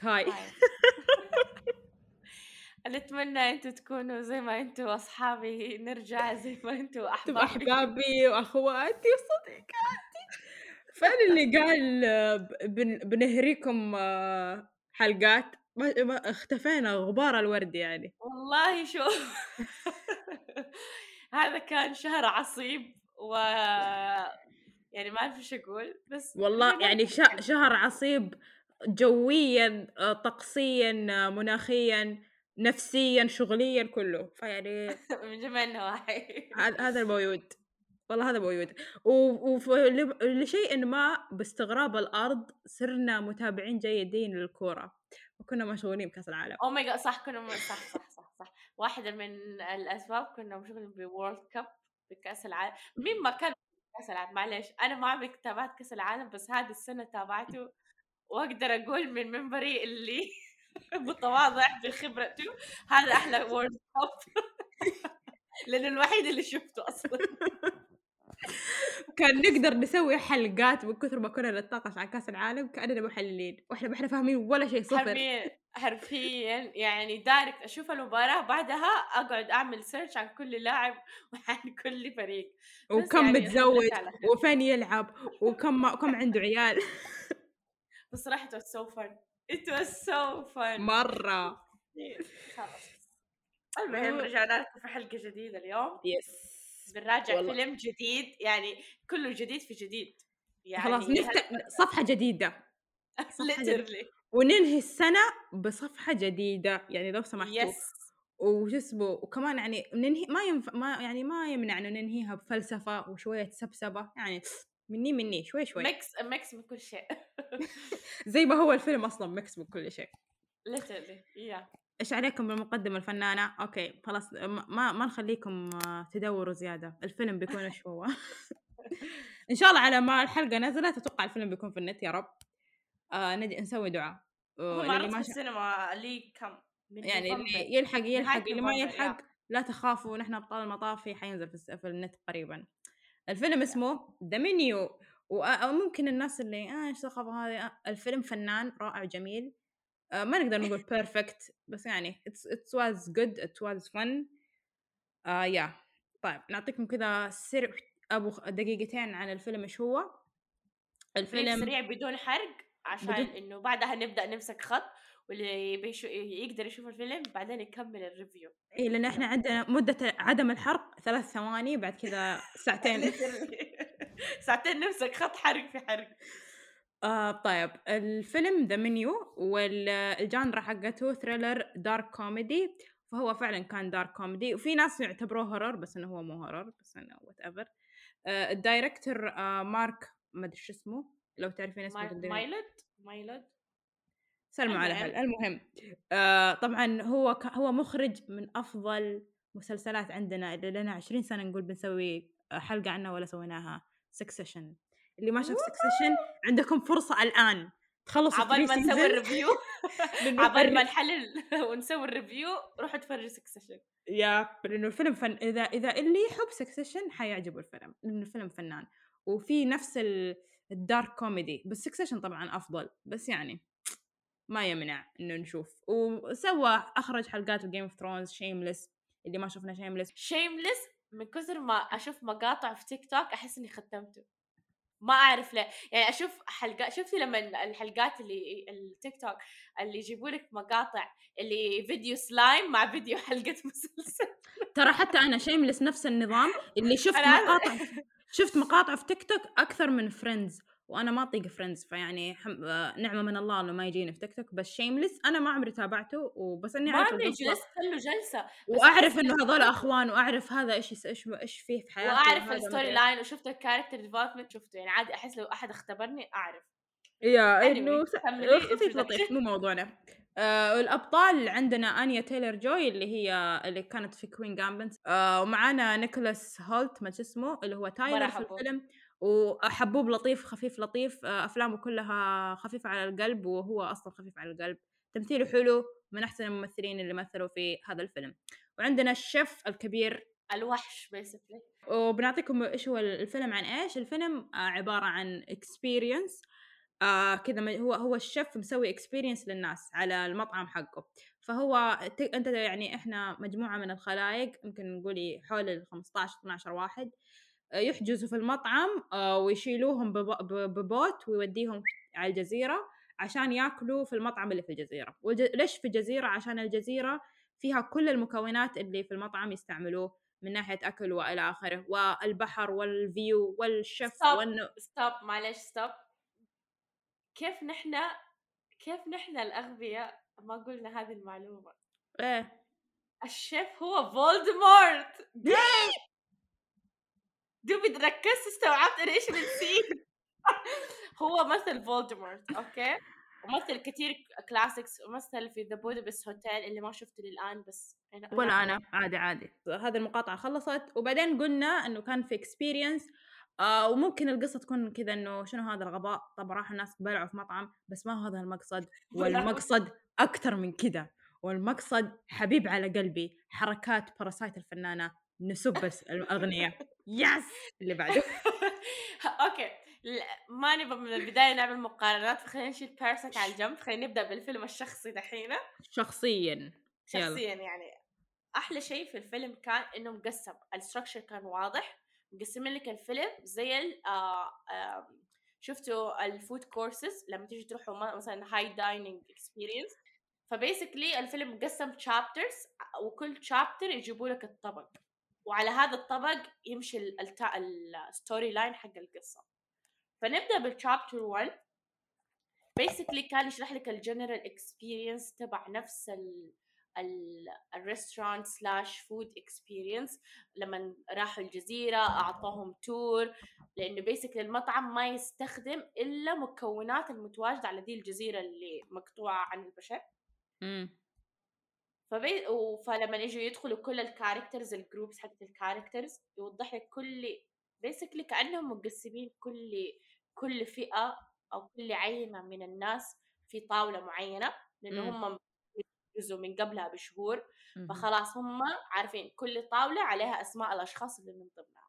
هاي. هاي. نتمنى انتوا تكونوا زي ما انتوا اصحابي، نرجع زي ما انتوا أنتم احبابي. أحبابي وأخواتي وصديقاتي. فين اللي قال بنهريكم حلقات، ما اختفينا غبار الورد يعني. والله شو هذا كان شهر عصيب يعني ما اعرف ايش اقول، بس والله رجعنا يعني لكم الحين. شهر عصيب جويًا، طقسيًا، مناخيًا، نفسيًا، شغليًا، كله، فيعني من جميع النواحي. هذا الموجود، والله هذا موجود. لشيء ما باستغراب الأرض صرنا متابعين جيدين للكورة، وكنا مشغولين بكأس العالم. او ماي جاد، صح كنا صح صح صح صح، واحدة من الاسباب كنا مشغولين بورلد كاب، بكأس العالم. مين ما كان كأس العالم، معلش انا ما عمري تابعت كأس العالم، بس هذه السنة تابعته، واقدر اقول من منبري اللي متواضع بخبرته، هذا احلى وورلد كاب. لانه الوحيد اللي شفته اصلا. كان نقدر نسوي حلقات من كثر ما كنا نتناقش عن كأس العالم كأننا محللين، وإحنا ما إحنا فاهمين ولا شيء، صفر. حرفيا حرفيا يعني دايركت اشوف المباراة بعدها اقعد اعمل سيرش عن كل لاعب وعن كل فريق. بس وكم يعني الحمد لله متزوج، على خير. وفين يلعب، كم عنده عيال. بصراحة it was so fun. It was so fun. مرة. خلاص، المهم رجعنا لكم في حلقة جديدة اليوم. يس. بنراجع والله فيلم جديد، يعني كله جديد في جديد، خلاص يعني صفحة جديدة، صفحة جديدة، literally. وننهي السنة بصفحة جديدة، يعني لو سمحتوا. يس. وشو اسمه، وكمان يعني ننهي، ما يمنع إنه ننهيها بفلسفة وشوية سبسبة، يعني مني شوي شوي، ميكس من كل شيء. زي ما هو الفيلم أصلًا mix من كل شيء. literally yeah. إيش عليكم بالمقدمة الفنانة؟ أوكي خلاص، ما نخليكم تدوروا زيادة، الفيلم بيكون إيش هو. إن شاء الله على ما الحلقة نزلت أتوقع الفيلم بيكون في النت يا رب. نسوي دعاء هو للي معروض في ما السينما ليه كم من يعني نوفمبر، اللي يلحق نهاية يلحق، اللي ما نوفمبر يلحق يا لا تخافوا، نحن أبطال المطافي، حينزل في النت قريبًا. الفيلم يا اسمه The Menu. أو ممكن الناس اللي إيش الثقافة هذه، الفيلم فنان رائع جميل. ما نقدر نقول perfect، بس يعني it was good, it was fun. yeah. طيب نعطيكم كذا دقيقتين عن الفيلم إيش هو. بريف الفيلم سريع بدون حرق، عشان بدون إنه بعدها نبدأ نمسك خط، واللي يقدر يشوف الفيلم بعدين يكمل الريفيو. لأن إحنا يلا. عندنا مدة عدم الحرق 3 ثواني، بعد كذا ساعتين. literally ساعتين نمسك خط، حرق في حرق. طيب الفيلم The Menu الجانرا حقته thriller dark comedy، فهو فعلًا كان dark comedy، وفي ناس يعتبروه horror بس إنه هو مو horror، بس إنه whatever. الدايركتور مارك ما أدري شو اسمه، لو تعرفين اسمه تقدرين مايلود. سلموا على المهم. هل. المهم طبعًا هو مُخرِج من أفضل مسلسلات عندنا، اللي لنا 20 سنة نقول بنسوي حلقة عنها ولا سويناها. Succession. اللي ما شاف Succession عندكم فرصة الآن تخلّصوا عبال ال3 ما نسوي seasons. الريفيو لإنه عبال ما نحلل ونسوي الريفيو، روحوا اتفرجوا سكسيشن. لإنه الفيلم إذا اللي يحب Succession حيعجبه الفيلم، لإنه الفيلم فنان، وفيه نفس الdark comedy، بس Succession طبعًا أفضل، بس يعني ما يمنع إنه نشوف. أخرج حلقات في Game of Thrones، Shameless، اللي ما شفنا Shameless. شيمليس، من كثر ما اشوف مقاطع في تيك توك احس اني ختمته، ما اعرف ليه. يعني اشوف حلقات، شفتي لما الحلقات اللي التيك توك اللي يجيبوا لك مقاطع، اللي فيديو سلايم مع فيديو حلقة مسلسل. ترى حتى أنا Shameless نفس النظام، اللي انا عارفة. شُفت مقاطع في تيك توك أكثر من Friends، وأنا ما أطيق Friends، فيعني نعمة من الله إنه ما يجيني في تيك توك، بس Shameless أنا ما عمري تابعته، وبس إني ما أعرف عمري القصة، جلست له جلسة، بس احس وأعرف إنه هذول أخوان، وأعرف هذا إيش فيه في حياته، واعرف وهذا ما الستوري أدري إيش. لاين وشفت الكاركتر ديفلوبمنت شفته، يعني عادي احس لو احد اختبرني اعرف. إنه anyway كملي خفيف لطيف، introduction. مو موضوعنا. الأبطال عندنا آنيا تايلر جوي اللي كانت في Queen Gambit، ومعانا نيكولاس هولت ما شو اسمه، اللي هو تايلر في مرحبا. الفيلم، وحبوب لطيف خفيف لطيف، أفلامه كلها خفيفة على القلب، وهو أصلًا خفيف على القلب، تمثيله حلو، من أحسن الممثلين اللي مثلوا في هذا الفيلم. وعندنا الشيف الكبير. الوحش basically. وبنعطيكم إيش هو الفيلم عن إيش. الفيلم عبارة عن experience كذا هو الchef مسوي experience للناس على المطعم حقه، فهو أنت يعني إحنا مجموعة من الخلايق يمكن نقولي حول ال15، 12 واحد، يحجزوا في المطعم ويشيلوهم بboat ويوديهم على الجزيرة عشان ياكلوا في المطعم اللي في الجزيرة، ليش في الجزيرة؟ عشان الجزيرة فيها كل المكونات اللي في المطعم يستعملوه من ناحية أكل وإلى آخره، والبحر والview والchef ستوب، ستوب، معلش ستوب. كيف نحن كيف نحن الأغبياء ما قلنا هذه المعلومة؟ إيه. الشيف هو فولدمورت. دوبي ركزت استوعبت أنا إيش بنسيه. هو مثل فولدمورت، أوكي، ومثل كتير كلاسيكس، ومثل في ذا بودابست هوتيل اللي ما شفته للآن، بس أنا ولا أحضر. أنا، عادي. هذه المقاطعة خلصت وبعدين قُلنا إنه كان في experience وممكن القصة تكون كذا إنه شنو هذا الغباء، طَب راحوا الناس بلعوا في مطعم، بس ما هو هذا المقصد، والمقصد أكتر من كذا، والمقصد حبيب على قلبي، حركات باراسايت الفنانة، نسُب الأغنية. يس! اللي بعده. أوكي، ما نبغى من البداية نعمل مقارنات، فخلينا نشيل باراسايت على الجنب، خلينا نبدأ بالفيلم الشخصي دحين. شخصيًا. يالّا. شخصيًا يعني أحلى شيء في الفيلم كان إنه مقسّم، الstructure كان واضح، مقسّمين لك الفيلم زي ال شُفتوا الfood courses لمّا تيجوا تروحوا مثلًا high dining experience، فbasically الفيلم مقسّم chapters، وكل chapter يجيبوا لك الطبق، وعلى هذا الطبق يمشي الstory line حق القصة. فنبدأ بالchapter 1. basically كان يشرح لك الجنرال اكسبيرينس تبع نفس الريستورانت سلاش فود اكسبيرينس. لما راحوا الجزيرة أعطاهم تور، لأنه بيسكلي المطعم ما يستخدم إلا مكونات المتواجدة على دي الجزيرة اللي مقطوعة عن البشر. إمم. فلما يجوا يدخلوا كل الكاركترز الجروبس حقت الكاركترز يوضح لك بيسكلي كأنهم مقسمين كل فئة أو كل عينة من الناس في طاولة معينة، لأنه إمم. هم جزء من قبلها بشهور، اهم. فخلاص هم عارفين كل طاولة عليها أسماء الأشخاص اللي من ضمنها.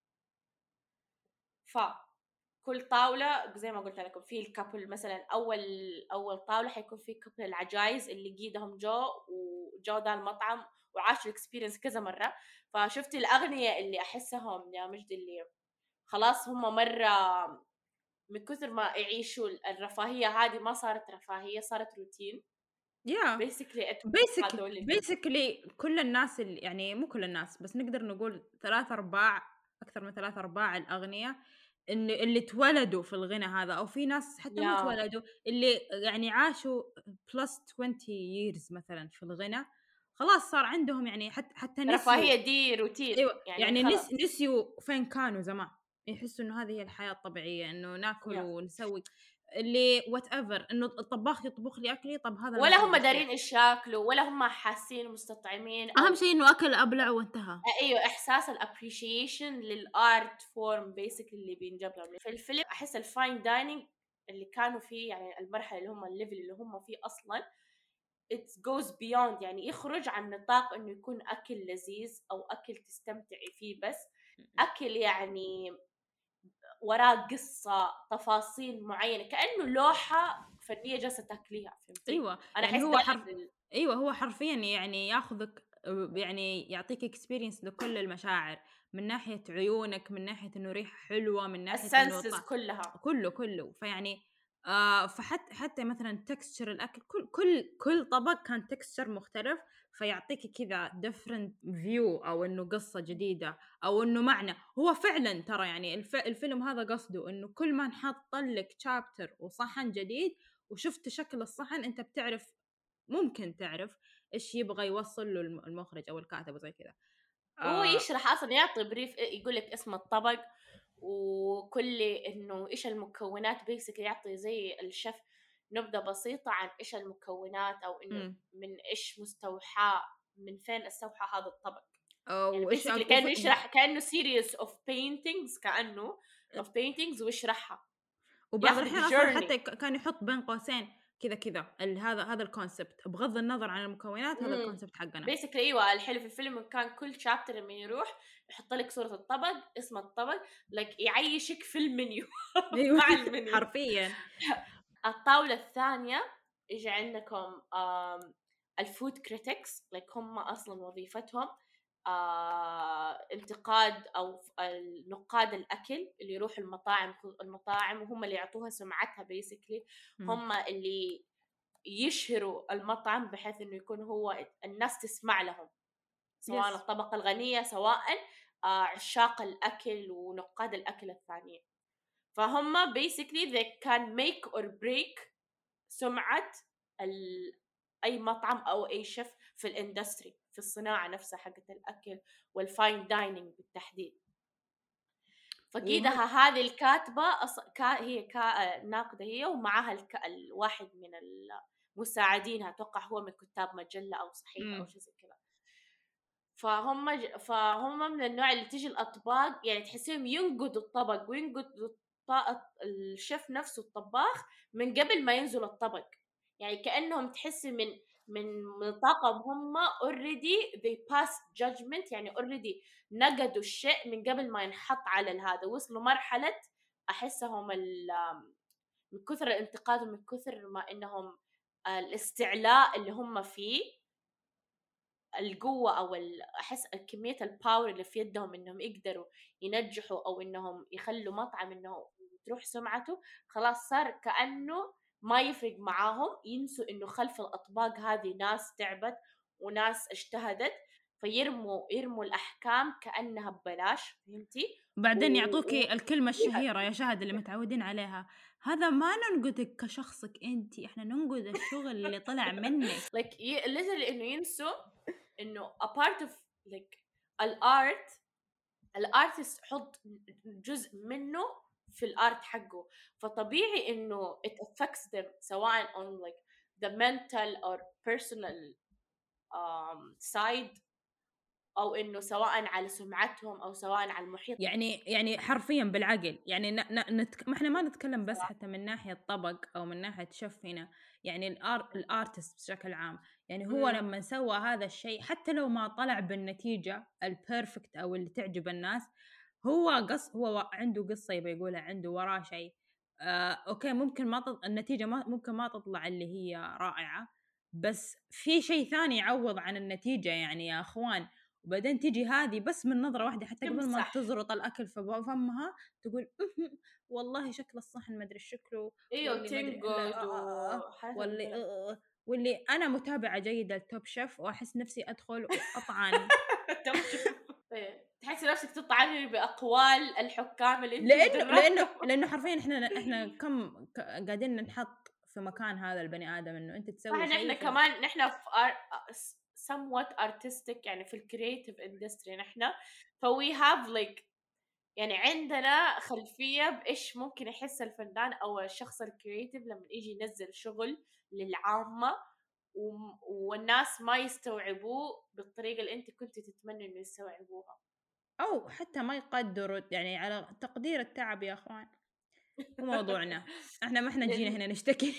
فكل طاولة زي ما قلت لكم في الكابل، مثلا أول طاولة حيكون في كابل العجايز اللي قيدهم وجو ده المطعم وعاشوا الاكسبيرينس كذا مرة. فشفت الأغنياء اللي أحسهم يا مجد اللي خلاص هم مرة من كثر ما يعيشوا الرفاهية هذه ما صارت رفاهية، صارت روتين. Yeah. basically هذول basically كل الناس يعني مو كل الناس، بس نقدر نقول 3/4 أكثر من 3/4 الأغنيا اللي اتولدوا في الغنى هذا، أو في ناس حتى مو يا اتولدوا، اللي يعني عاشوا plus 20 years مثلًا في الغنى، خلاص صار عندهم يعني حتى نسيوا. رفاهية دي روتين أيوه، يعني يعني خلاص. نسيوا فين كانوا زمان، يحسّوا إنه هذه هي الحياة الطبيعية، إنه ناكل يا ونسوي اللي whatever، إنه الطباخ يطبخ لي أكلي، طَب هذا ولا المفروض هم يصير. دارين إيش ياكلوا، ولا هم حاسين مستطعمين أهم أو شيء إنه أكل أبلع وانتهى. أيوه إحساس الappreciation للart form basically اللي بينجاب لهم. في الفيلم أحس الfine dining اللي كانوا فيه، يعني المرحلة اللي هم الlevel اللي هم فيه أصلًا it goes beyond، يعني يخرج عن نطاق إنه يكون أكل لذيذ أو أكل تستمتعي فيه بس، أكل يعني وراه قصة، تفاصيل معينة، كأنه لوحة فنية جالسة تاكليها، فهمتِ؟ أيوه، أنا يعني أحس هو ده أيوه، هو حرفيًا يعني ياخذك يعني يعطيك experience لكل المشاعر، من ناحية عيونك، من ناحية إنه ريحة حلوة، من ناحية إنه الsenses كلها. كلّه، فيعني حتى مثلًا texture الأكل، كل طبق كان texture مختلف، فيعطيكِ كذا different view، أو إنه قصة جديدة، أو إنه معنى. هو فعلًا ترى يعني الفيلم هذا قصده إنه كل ما انحط لِك chapter وصحن جديد وشُفت شكل الصحن، أنت ممكن تعرف إيش يبغى يوصّل له المُخرج أو الكاتب وزي كذا. هو آآ يشرح أصلًا، يعطي brief، يقول لك اسم الطبق وكل إنه إيش المكونات basically، يعطي زي الchef نبذة بسيطة عن إيش المكونات أو إنه إمم. من إيش مستوحاة، من فين استوحى هذا الطبق. يعني وإيش basically أق كأنه يشرح، كأنه series of paintings، كأنه of paintings ويشرحها، وبعض ياخدك الأحيان أصلًا journey. حتى كان يحُط بين قوسين كذا هذا الكونسبت، بغض النظر عن المكونات هذا الكونسبت حقنا. basically أيوة. الحلو في الفيلم كان كل شابتر لما يروح يحط لك صورة الطبق، اسم الطبق، يعيشك في المنيو ايوه مع المنيو. حرفيا. الطاولة الثانية يجي عندكم الفود كريتكس، هم أصلا وظيفتهم انتقاد أو النقاد الأكل اللي يروحوا المطاعم وهم اللي يعطوها سمعتها basically. هم اللي يشهروا المطعم بحيث إنه يكون هو الناس تسمع لهم، سواء Yes. الطبقة الغنية سواء عشاق الأكل ونقاد الأكل الثانيين. فهم basically they can make or break سمعة أي مطعم أو أي شيف في الاندستري، في الصناعة نفسها حقت الأكل والفاين دايننج بالتحديد. فقيدها هذه الكاتبة هي ناقدة هي، ومعها الواحد من المساعدينها، أتوقع هو من كتاب مجلة أو صحيفة أو شيء زي كذا. فهم من النوع اللي تيجي الأطباق يعني تحسيهم ينقدوا الطبق وينقدوا الشيف نفسه الطباخ من قبل ما ينزل الطبق، يعني كأنهم تحسي من طاقم هم already they passed judgment، يعني already نقدوا الشيء من قبل ما ينحط على هذا. وصلوا مرحلة أحسهم من كثر الانتقاد ومن كثر ما إنهم الاستعلاء اللي هم فيه، القوة أو أحس كمية الباور اللي في يدهم إنهم يقدروا ينجحوا أو إنهم يخلوا مطعم إنه تروح سمعته، خلاص صار كأنه ما يفرق معاهم، ينسوا إنه خلف الأطباق هذه ناس تعبت وناس اجتهدت، يرموا الأحكام كأنها ببلاش. فهمتي؟ بعدين يعطوكي الكلمة الشهيرة يا شهد اللي متعودين عليها، هذا ما ننقدك كشخصك انتي، احنا ننقد الشغل اللي طلع منك. literally إنه ينسوا إنه a part of الارتست حط جزء منه في الارت حقه، فطبيعي انه it affects them سواء on the mental or personal side، او انه سواء على سمعتهم او سواء على المحيط. يعني حرفيا بالعقل، يعني ما احنا ما نتكلم بس حتى من ناحية طبق او من ناحية شف هنا، يعني الارتست بشكل عام، يعني هو لما سوى هذا الشيء حتى لو ما طلع بالنتيجة البيرفكت او اللي تعجب الناس، هو عنده قصة يبي يقولها، عنده وراه شيء. اوكي ممكن النتيجة ممكن ما تطلع اللي هي رائعة، بس في شيء ثاني يعوض عن النتيجة يعني يا اخوان. وبعدين تيجي هذه بس من نظرة واحدة حتى قبل ما تزرط الأكل في فمها تقول والله شكل الصحن ما أدري شكله، ايوه تنقد واللي أنا متابعة جيدة لتوب شيف وأحس نفسي أدخل وأطعن. تحسي نفسك تطعني بأقوال الحكام اللي لأنه حرفيا إحنا كم قاعدين ننحط في مكان هذا البني آدم إنه أنت تسوي شيء. إحنا كمان نحن في somewhat artistic يعني في الكرياتيف اندستري نحن، فوي هاف يعني عندنا خلفية بإيش ممكن يحس الفنان أو الشخص الكرياتيف لما يجي ينزل شغل للعامة والناس ما يستوعبوه بالطريقة اللي أنت كنت تتمنى إنه يستوعبوها، أو حتى ما يقدروا يعني على تقدير التعب يا أخوان. وموضوعنا ما احنا جينا هنا نشتكي.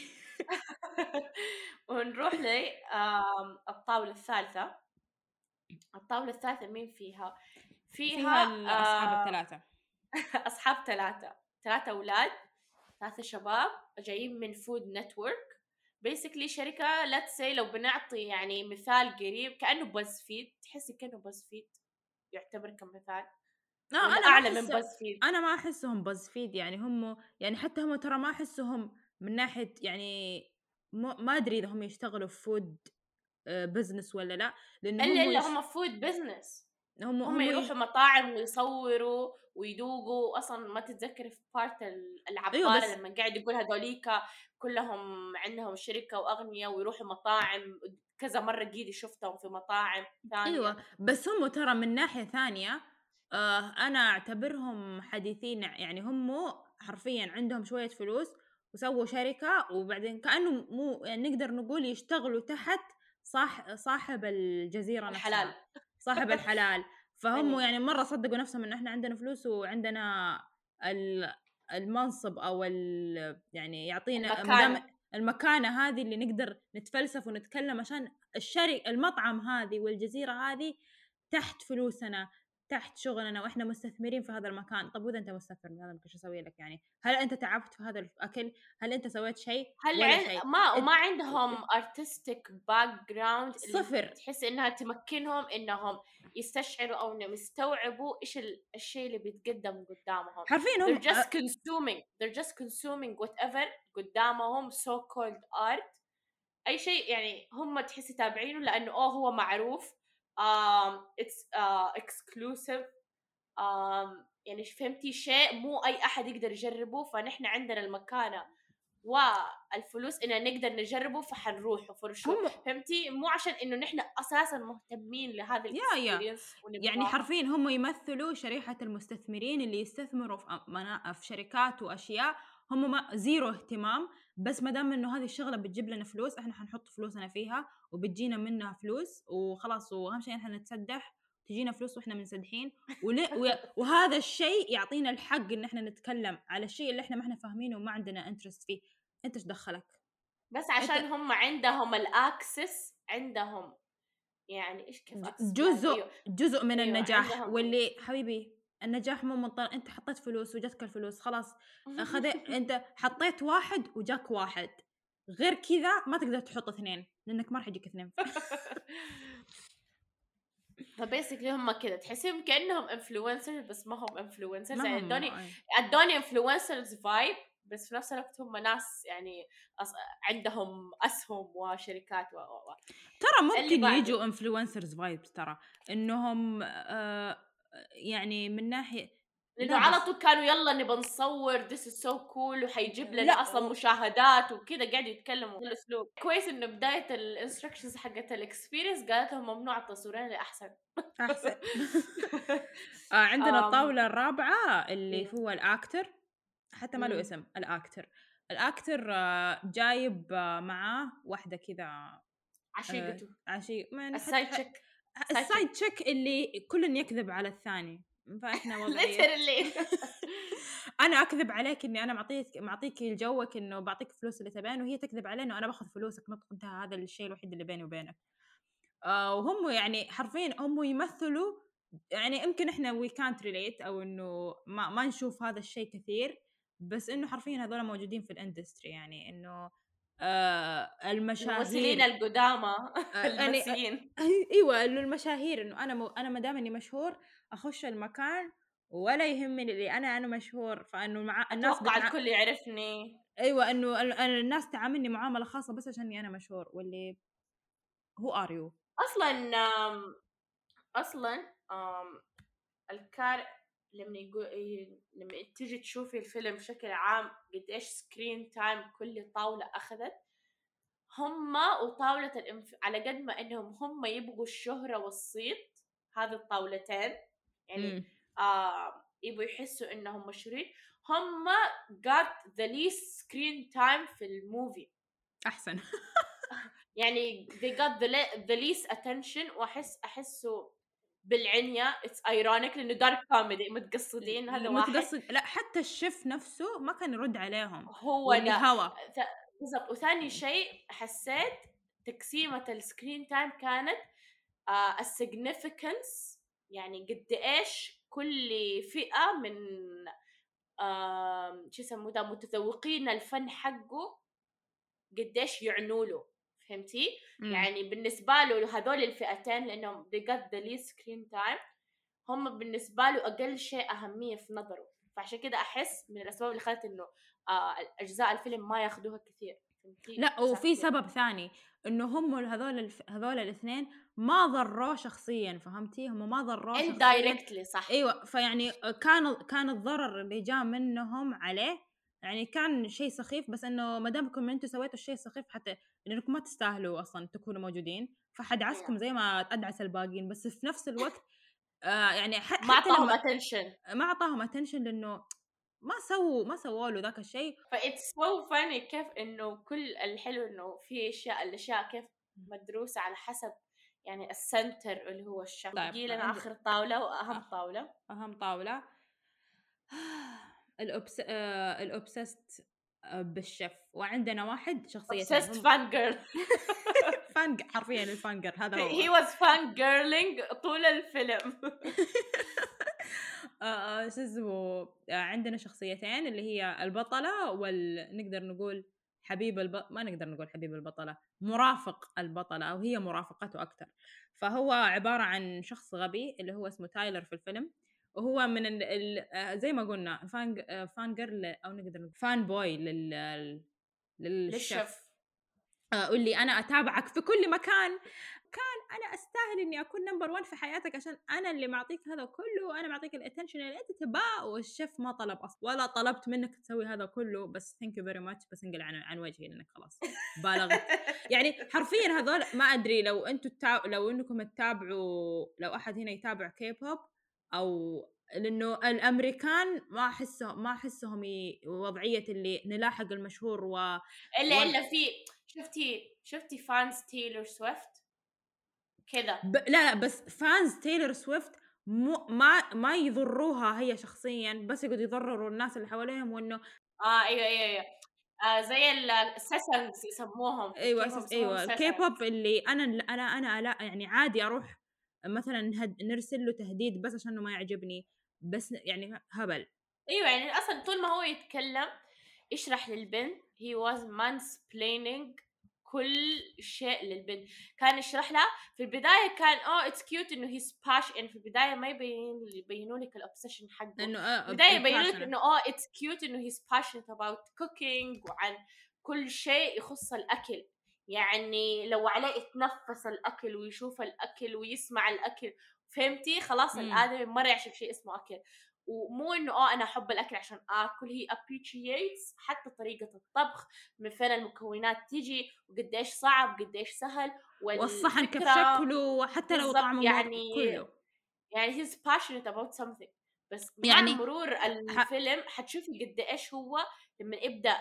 ونروح لي الطاولة الثالثة. الطاولة الثالثة مين فيها؟ فيها أصحاب الثلاثة. أصحاب ثلاثة أولاد، 3 شباب جايين من فود نتورك، basically شركة let's say لو بنعطي يعني مثال قريب كأنه بازفيد، تحسي كأنه بازفيد يعتبر كمثال؟ أنا أعلى من بازفيد. أنا ما أحسهم بازفيد، يعني هم يعني حتى هم ترى ما أحسهم من ناحية يعني ما أدري إذا هم يشتغلوا في فود بزنس ولا لا، لأنه إلا هم فود بزنس، هم يروحوا مطاعم ويصوروا ويدوقوا. أصلا ما تتذكر في بارت العبارة أيوة لما قاعد يقول هذوليكا كلهم عندهم شركة وأغنياء ويروحوا مطاعم كذا مرة، قيدي شفتهم في مطاعم ثانية. أيوة بس هم ترى من ناحية ثانية أنا أعتبرهم حديثين، يعني هم حرفيا عندهم شوية فلوس وسووا شركة، وبعدين كأنه مو يعني نقدر نقول يشتغلوا تحت صاحب الجزيرة الحلال نفسها، صاحب الحلال. فهم يعني مرة صدقوا نفسهم إن إحنا عندنا فلوس وعندنا المنصب أو يعني يعطينا المكانة هذه اللي نقدر نتفلسف ونتكلم عشان المطعم هذه والجزيرة هذه تحت فلوسنا، تحت شغلنا، وإحنا مستثمرين في هذا المكان. طب وإذا أنت مستثمر من هذا المكان شو أسوي لك يعني؟ هل أنت تعبت في هذا الأكل؟ هل أنت سويت شيء هل ولا شيء؟ ما عندهم artistic background اللي صفر. تحس إنها تمكنهم إنهم يستشعروا أو إنهم يستوعبوا إيش الشيء اللي بيتقدم قدامهم. حرفيا هم they're just consuming whatever قدامهم so called art. أي شيء يعني هم تحس تابعينه لأنه هو معروف. it's exclusive. يعني فهمتي شيء مو أي أحد يقدر يجربه، فنحن عندنا المكانة والفلوس إننا نقدر نجربه فحنروح وفرشو. فهمتي؟ مو عشان إنه نحن أساسا مهتمين لهذا الاكسبيرينس يعني حرفيا هم يمثلوا شريحة المستثمرين اللي يستثمروا في شركات وأشياء هم ما زيرو اهتمام، بس ما دام إنه هذه الشغلة بتجيب لنا فلوس إحنا حنحط فلوسنا فيها وبتجينا منها فلوس وخلاص، وأهم شيء إحنا نتسدح تجينا فلوس وإحنا منسدحين وهذا الشيء يعطينا الحق إن إحنا نتكلم على الشيء اللي إحنا ما إحنا فاهمينه وما عندنا انترست فيه. أنت إيش دخلك؟ بس عشان هم عندهم الأكسس، عندهم يعني إيش كيف جزء من أيوة النجاح. واللي حبيبي النجاح مو منطلق أنت حطيت فلوس وجاتك الفلوس خلاص أنت حطيت واحد وجاك واحد، غير كذا ما تقدر تحط اثنين لأنك ما راح يجيك اثنين. فبيسكلي هم كده تحسهم كأنهم انفلونسرز بس ما هم انفلونسرز، يعني ادوني انفلونسرز فايب، بس في نفس الوقت هم ناس يعني عندهم اسهم وشركات ترى ممكن يجوا انفلونسرز فايبس، ترى انهم يعني من ناحيه لانه على طول كانوا يلا نبى نصور this is so cool وحيجيب لنا اصلا مشاهدات وكذا، قاعدوا يتكلموا بالاسلوب كويس. انه بدايه الانستركشنز حقت الاكسبيرينس قالت لهم ممنوع التصويرين الاحسن عندنا الطاوله الرابعه اللي هو الاكتر، حتى ما له اسم. الاكتر جايب معاه واحده كذا عشيقته السايد تشيك اللي كل يكذب على الثاني. فاحنا وضعيه انا اكذب عليك اني انا معطيك جوك انه بعطيك فلوس اللي تبين، وهي تكذب علي انه انا باخذ فلوسك نطق انتهى. هذا الشيء الوحيد اللي بيني وبينك. وهم يعني حرفيا هم يمثلوا يعني يمكن احنا وي كانت ريليت او انه ما نشوف هذا الشيء كثير، بس انه حرفيا هذول موجودين في الاندستري. يعني انه المشاهير الممثلين القدامى الممثلين ايوه المشاهير، انه انا ما دام اني مشهور اخش المكان ولا يهمني اللي انا مشهور، فانه الناس الكل يعرفني. ايوه انه الناس تعاملني معامله خاصه بس عشاني انا مشهور. واللي هو ار يو اصلا لما تيجي تشوفي الفيلم بشكل عام قديش سكرين تايم كل طاولة أخذت هم وطاولة على قد ما إنهم هم يبغوا الشهرة والصيت، هذه الطاولتين يعني يبغوا يحسوا إنهم مشهورين، هم got the least screen time في الموفي. أحسن يعني they got the least attention. أحسه بالعنية it's ironic لأنه دارك كوميدي متقصدين. هذا واحد. لا حتى الشيف نفسه ما كان يرد عليهم هو ده بالضبط. وثاني شيء حسيت تقسيمة السكرين تايم كانت السيجنيفيكانس، يعني قد ايش كل فئة من شو يسموه ده متذوقين الفن حقه قديش يعنوا له. فهمتي؟ يعني بالنسبة له هذول الفئتين لأنهم they got the least screen time، هم بالنسبة له أقل شيء أهمية في نظره. فعشان كده أحس من الأسباب اللي خلت إنه أجزاء الفيلم ما ياخدوها كثير. لا وفي سبب ثاني إنه هم هذول الاثنين ما ضروه شخصيا. فهمتي؟ هم ما ضروه شخصيا indirectly صح. أيوة. فيعني كان الضرر اللي جاء منهم عليه يعني كان شيء سخيف، بس إنه ما دامكم أنتوا سويتوا الشيء السخيف حتى لأنكم ما تستاهلوا أصلا تكونوا موجودين، فحدعسكم زي ما أدعس الباقين. بس في نفس الوقت يعني ما أعطاهم attention لأنه ما سووا له ذاك الشيء. فإتس سو فاني كيف إنه كل الحلو إنه في الأشياء كيف مدروسة على حسب يعني السنتر اللي هو الشخص. طيب لنا آخر طاولة وأهم طاولة الأوبسست بالشيف، وعندنا واحد شخصيتين obsessed هم fangirl. حرفيًا الفانجر هذا he هو. was fangirling طول الفيلم. شو اسمه، عندنا شخصيتين اللي هي البطلة نقدر نقول ما نقدر نقول حبيب البطلة، مرافق البطلة أو هي مرافقته أكتر. فهو عبارة عن شخص غبي اللي هو اسمه تايلر في الفيلم، وهو من زي ما قلنا fangirl أو نقدر نقول fanboy للchef. للشيف. قُل لي أنا أتابعك في كل مكان، أنا أستاهل إني أكون number one في حياتك عشان أنا اللي معطيك هذا كله، وأنا معطيك الattention اللي أنت تباه، والchef ما طلب أصلًا، ولا طلبت منك تسوي هذا كله، بس thank you very much، بس انقل عن وجهي لأنك خلاص بالغت. يعني حرفيًا هذول ما أدري لو أنتم لو إنكم تتابعوا، لو أحد هنا يتابع K-pop أو لأنه الأمريكان ما أحسهم وضعية اللي نلاحق المشهور إلا ون إلا في شفتي fans تايلور سويفت كذا. لا، بس fans تايلور سويفت ما يضروها هي شخصيًا، بس يقعدوا يضرروا الناس اللي حواليهم، وإنه أيوه، أيوه، أيوه. زي السيسنجز يسموهم في أيوه الكيبوب يسموهم أيوه الK-pop سيسنجز. اللي أنا لا يعني عادي أروح مثلًا نرسل له تهديد بس عشانه ما يعجبني، بس يعني هبل. أيوه، يعني أصلًا طول ما هو يتكلم يشرح للبنت he was mansplaining كل شيء للبنت. كان يشرح لها في البداية كان it's cute إنه he's passion. في البداية ما يبينوا لك الobsession حقه. لأنه في البداية يبينوا لك passionate. إنه it's cute إنه he's passionate about cooking وعن كل شيء يخص الأكل. يعني لو عليه يتنفس الأكل ويشوف الأكل ويسمع الأكل، فهمتِ؟ خلاص إمم. الآدمي مرة يعشق شيء اسمه أكل. ومو إنه أنا أحب الأكل عشان آكل، هي appreciates حتى طريقة الطبخ، من فين المكونات تيجي، وقديش صعب قديش سهل، والصحن كيف والفكرة شكله، حتى لو بالضبط. طعمه يعني كله. he's passionate about something. بس مع يعني مرور الفيلم حتشوفي قد إيش هو لمّا يبدأ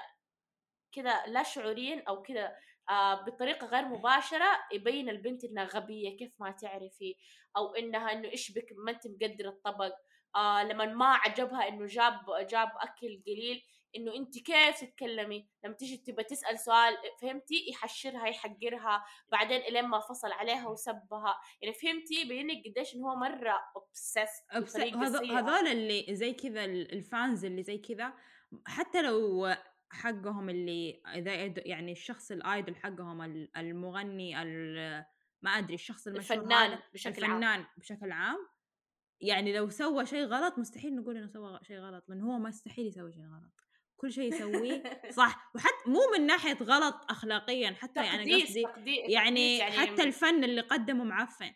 كده لا شعوريًا أو كده بطريقة غير مباشرة يبين البنت إنها غبية كيف ما تعرفي، أو إنها إنه إيش بك ما أنتِ مقدّرة الطبق. لمن ما عجبها إنه جاب أكل قليل، إنه أنتِ كيف تتكلمي، لمّا تيجي تبغى تسأل سؤال فهمتِ، يحشرها يحقرها، بعدين إلين ما فصل عليها وسبّها. يعني فهمتِ يبين لِك قديش إنه هو مرة obsessed بطريقة سيئة. هذول اللي زي كذا الfans اللي زي كذا، حتى لو حقهم اللي إذا يعني الشخص الidol حقهم المغني ما أدري الشخص المشهور هذا، الفنان بشكل عام. الفنان بشكل عام، يعني لو سوى شيء غلط مستحيل نقول إنه سوى شيء غلط، لأنه هو مستحيل يسوي شيء غلط، كل شيء يسويه صح، مو من ناحية غلط أخلاقيًا حتى، يعني تقديس، قصدي تقديس يعني حتى يعني. الفن اللي قدّمه معفن.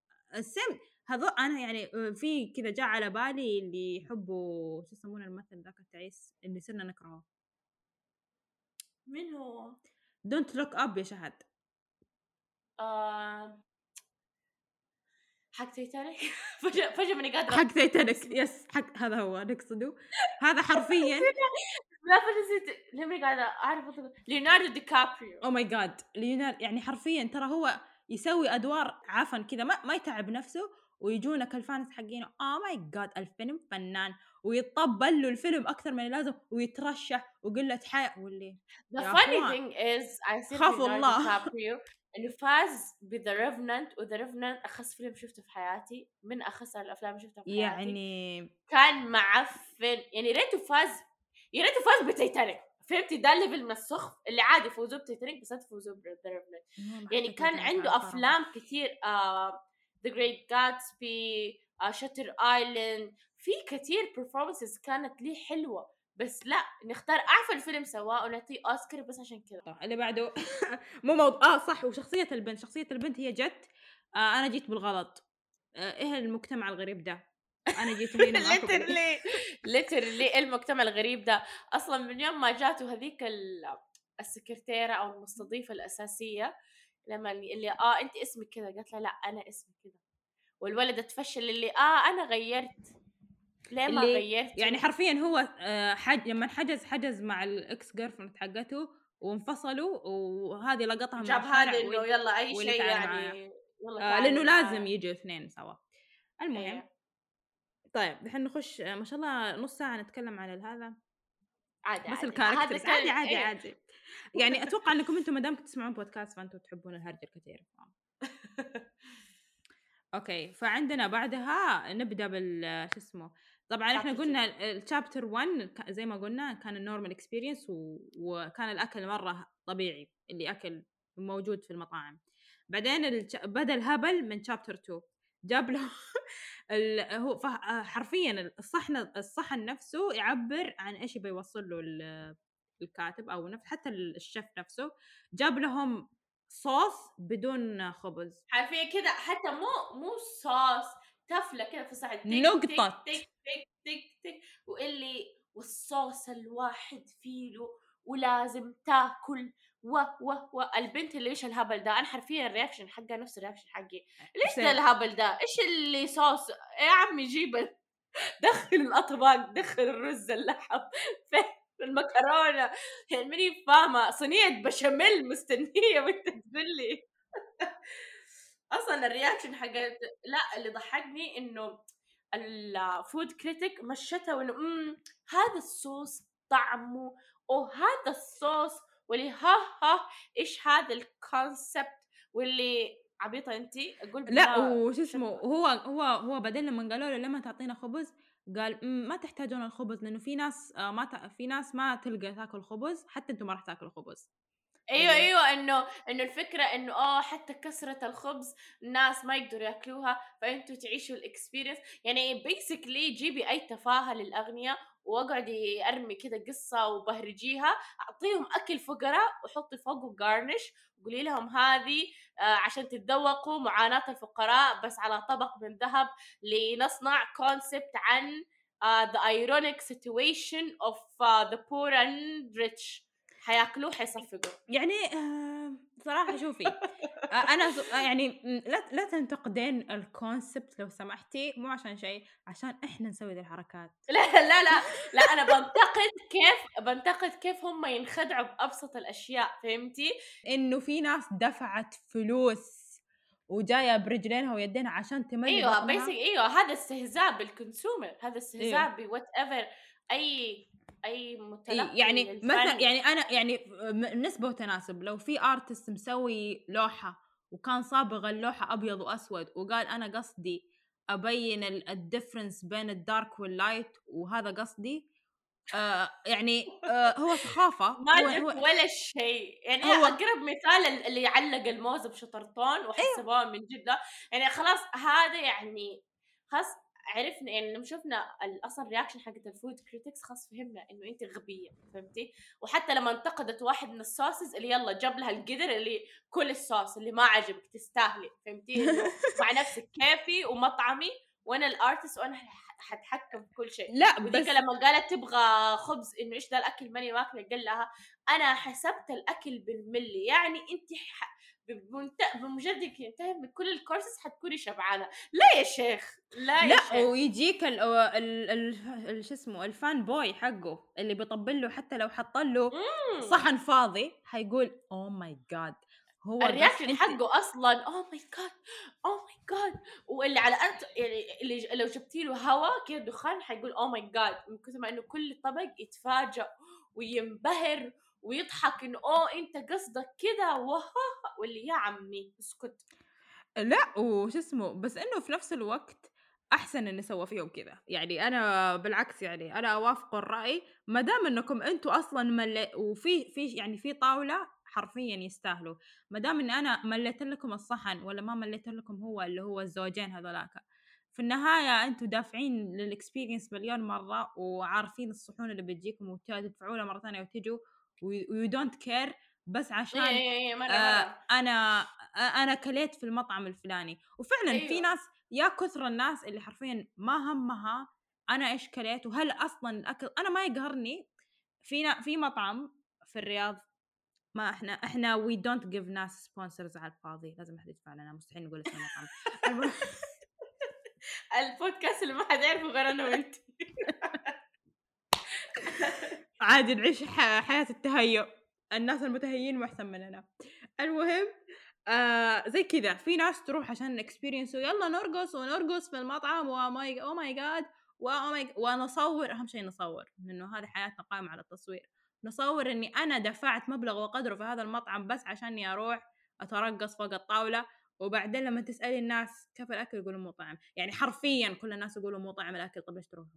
أنا يعني في كذا جاء على بالي اللي يحبوا شو يسمونه الممثل ذاك التعيس اللي صرنا نكرهه. مين هو؟ Don't look up يا شهد. آآ حق تايتانيك. فجأة ماني قادرة حق أفتكر تايتانيك، اسمه. يس حق هذا هو نقصده. هذا حرفيًا لا فجأة نسيت ليه ماني قاعدة أعرف أنطق. ليوناردو دي كابريو. oh my god يعني حرفيًا ترى هو يسوي أدوار عفن كذا، ما يتعب نفسه، ويجونك الفانز حقينه oh my god الفيلم فنان، ويتطبل له الفيلم أكثر من اللازم، ويترشح وقلة حياء واللي The يا funny أخوان thing is I said خافوا ليوناردو دي الله. كابريو إنه فاز بThe Revenant وThe Revenant أخس فيلم شُفته في حياتي، من أخس الأفلام اللي شُفتها في حياتي. يعني كان معفن. يعني يا ريته فاز بتايتانيك. فهمتِ؟ ده level من السخف اللي عادي فوزوه بتايتانيك بس لا تفوزوه بThe Revenant. والله يعني حتى كان تايتانيك عنده عفّرة. أفلام كتير The Great Gatsby Shutter Island. في كتير performances كانت ليه حلوة، بس لأ نختار أعفن فيلم سواه ونعطيه أوسكار بس عشان كذا. صح، اللي بعده مو صح، شخصية البنت هي جات أنا جيت بالغلط، إيه المجتمع الغريب ده، أنا جيت هنا معاكم literally literally المجتمع الغريب ده. أصلًا من يوم ما جاته هذيك السكرتيرة أو المستضيفة الأساسية، لمّا اللي أنتِ اسمِك كذا، قالت لها لأ أنا اسمي كذا، والولد اتفشل اللي أنا غيّرت. ليه ما اللي يعني غيّرتِ؟ حرفيًا هو لمّا حجز مع الex girlfriend حقته وانفصلوا، وهذه لقطها من جاب الشارع هذا إنه يالّا أي واللي شيء تعالي معايا، يعني يالّا لإنه تعالي لازم معايا. ييجوا اثنين سوا. المهم، أيوه. طيب دحين نخش ما شاء الله نُص ساعة نتكلم عن هذا. عادي، بس عادي. هذا الكاركترز كان عادي إيه. عادي. يعني أتوقع إنكم أنتم ما دامكم تسمعون بودكاست فأنتم تحبون الهرج الكثير. أوكي، فعندنا بعدها نبدأ شو اسمه. طبعًا إحنا chapter 2. قلنا الchapter 1 زي ما قلنا كان الnormal experience وكان الأكل مرة طبيعي اللي أكل موجود في المطاعم. بعدين بدأ الهبل من chapter 2 جاب له هو حرفيًا الصحن نفسه يعبر عن إيش يبي يوصل له الكاتب أو حتى الشيف نفسه. جاب لهم صوص بدون خبز. حرفيًا كده، حتى مو صاص، تفلة كده في صحن، تِك، تِك، نقطة. تِك، تِك، تِك، تِك، واللي والصوص الواحد فيلو ولازم تاكل البنت اللي إيش الهبل ده، أنا حرفيًا الreaction حقها نفس الreaction حقي، ليش ده سيم. الهبل ده؟ إيش اللي صوص؟ يا عمي جيب دخّل الأطباق، دخّل الرز، اللحم، فين المكرونة؟ يعني ماني فاهمة، صينية بشاميل مستنية وأنت تقول لي أصلًا الreaction حق لأ، اللي ضحّكني إنه الfood critic مشّتها وإنه هذا الصوص طعمه هذا الصوص واللي إيش هذا الconcept واللي عبيطة أنتِ، أقول لأ بالله وشو اسمه، شكرًا. هو بعدين لمّا قالوا له: "ليه ما تعطينا خبز؟" قال: ما تحتاجون الخبز لإنه في ناس في ناس ما تلقى تاكل خبز، حتى أنتم ما راح تاكلوا خبز." أيوه، اللي أيوه، إنه الفكرة إنه حتى كسرة الخبز الناس ما يقدروا ياكلوها، فأنتم تعيشوا الexperience. يعني basically جيبي أي تفاهة للأغنيا واقعدي أرمي كده قصة وبهرجيها، أعطيهم أكل فقرا وحطي فوقه garnish وقولي لهم هذه عشان تتذوقوا معاناة الفقراء بس على طبق من ذهب، لنصنع concept عن the ironic situation of the poor and rich. حياكلوه حيصفقوا. يعني صراحة شوفي، أنا يعني لا تنتقدين الconcept لو سمحتِ، مو عشان شيء، عشان إحنا نسوي ذي الحركات. لا، لا، لا، لأ، أنا بانتقد كيف هم ينخدعوا بأبسط الأشياء، فهمتِ؟ إنه في ناس دفعت فلوس وجاية برجلينها ويدينها عشان تملي أيوه بطنها. أيوه، هذا استهزاء بالconsumer، هذا إيه. استهزاء بwhatever. أي متلقي يعني مثلًا للفن. يعني أنا يعني نسبة وتناسب، لو في artist مسوي لوحة وكان صابغ اللوحة أبيض وأسود وقال أنا قصدي أبيّن الdifference بين الdark والlight وهذا قصدي، يعني هو سخافة. ما هو جبت هو ولا شيء، يعني هي هو أقرب مثال اللي يعلّق الموزة بشطرطون أيوه. وحسبوها من جدة. يعني خلاص هذا يعني خلاص عرفنا، يعني لمّا شُفنا أصلًا reaction حقة الfood critics خلاص فهمنا إنه أنتِ غبية، فهمتِ؟ وحتى لمّا انتقدت واحد من الsauces اللي يالّا جاب لها القدر اللي كُلي الصوص اللي ما عجبِك تستاهلي، فهمتِ؟ إنه مع نفسِك كيفي ومطعمي وأنا الartist وأنا حاتحكم في كل شيء. لأ وذيك بس لمّا قالت تبغى خبز إنه إيش ده الأكل ماني واكلة، قال لها أنا حسبت الأكل بالملي، يعني أنتِ بمجرد إنِّك تنتهي من كل الcourses حتكوني شبعانة. لا يا شيخ، لا يا لأ، شيخ. ويجيك شو اسمه الfan boy حقه اللي بيطبّل له حتى لو حط له إمم. صحن فاضي حيقول oh my god. هو الreaction أنتِ حقه أصلًا oh my god، oh my god. واللي على يعني اللي لو جبتِ له هوا كده دخان حيقول oh my god من كثر ما إنه كل طبق يتفاجأ وينبهر ويضحك إنه أنت قصدك كده واللي يا عمي اسكت. لأ، وشو اسمه، بس إنه في نفس الوقت أحسن إنه سوى فيهم كذا. يعني أنا بالعكس، يعني أنا أوافقه الرأي ما دام إنكم أنتم أصلًا وفي يعني في طاولة حرفيًا يستاهلوا. ما دام إني أنا مليت لكم الصحن والّا ما مليت لكم هو اللي هو الزوجين هذولاك، في النهاية أنتم دافعين للexperience مليون مرة وعارفين الصحون اللي بتجيكم وتدفعوا لها مرة ثانية وتيجوا وyou don't care بس إيه، عشان إيه، إيه، مرة، مرة. أنا كليت في المطعم الفلاني. وفعلًا في أيوه. ناس يا كثر الناس اللي حرفيًا ما همها أنا إيش كليت وهل أصلًا الأكل. أنا ما يقهرني في مطعم في الرياض. ما إحنا we don't give ناس sponsors على الفاضي، لازم أحد يدفع لنا، مستحيل نقول اسم المطعم. المهم البودكاست اللي ما حد يعرفه غير أنا وأنتِ. عادي نعيش حياة التهيؤ. الناس المتهيئين مو أحسن مننا. المهم زي كذا في ناس تروح عشان experience ويالّا نرقص ونرقص في المطعم oh my god ونصور، أهم شيء نصور، لأنه هذه حياتنا قائمة على التصوير. نصور إني أنا دفعت مبلغ وقدره في هذا المطعم بس عشان إني أروح أترقص فوق الطاولة، وبعدين لما تسألي الناس كيف الأكل يقولوا مو طعم، يعني حرفيا كل الناس يقولوا مو طعم الأكل. طب ليش تروحوا؟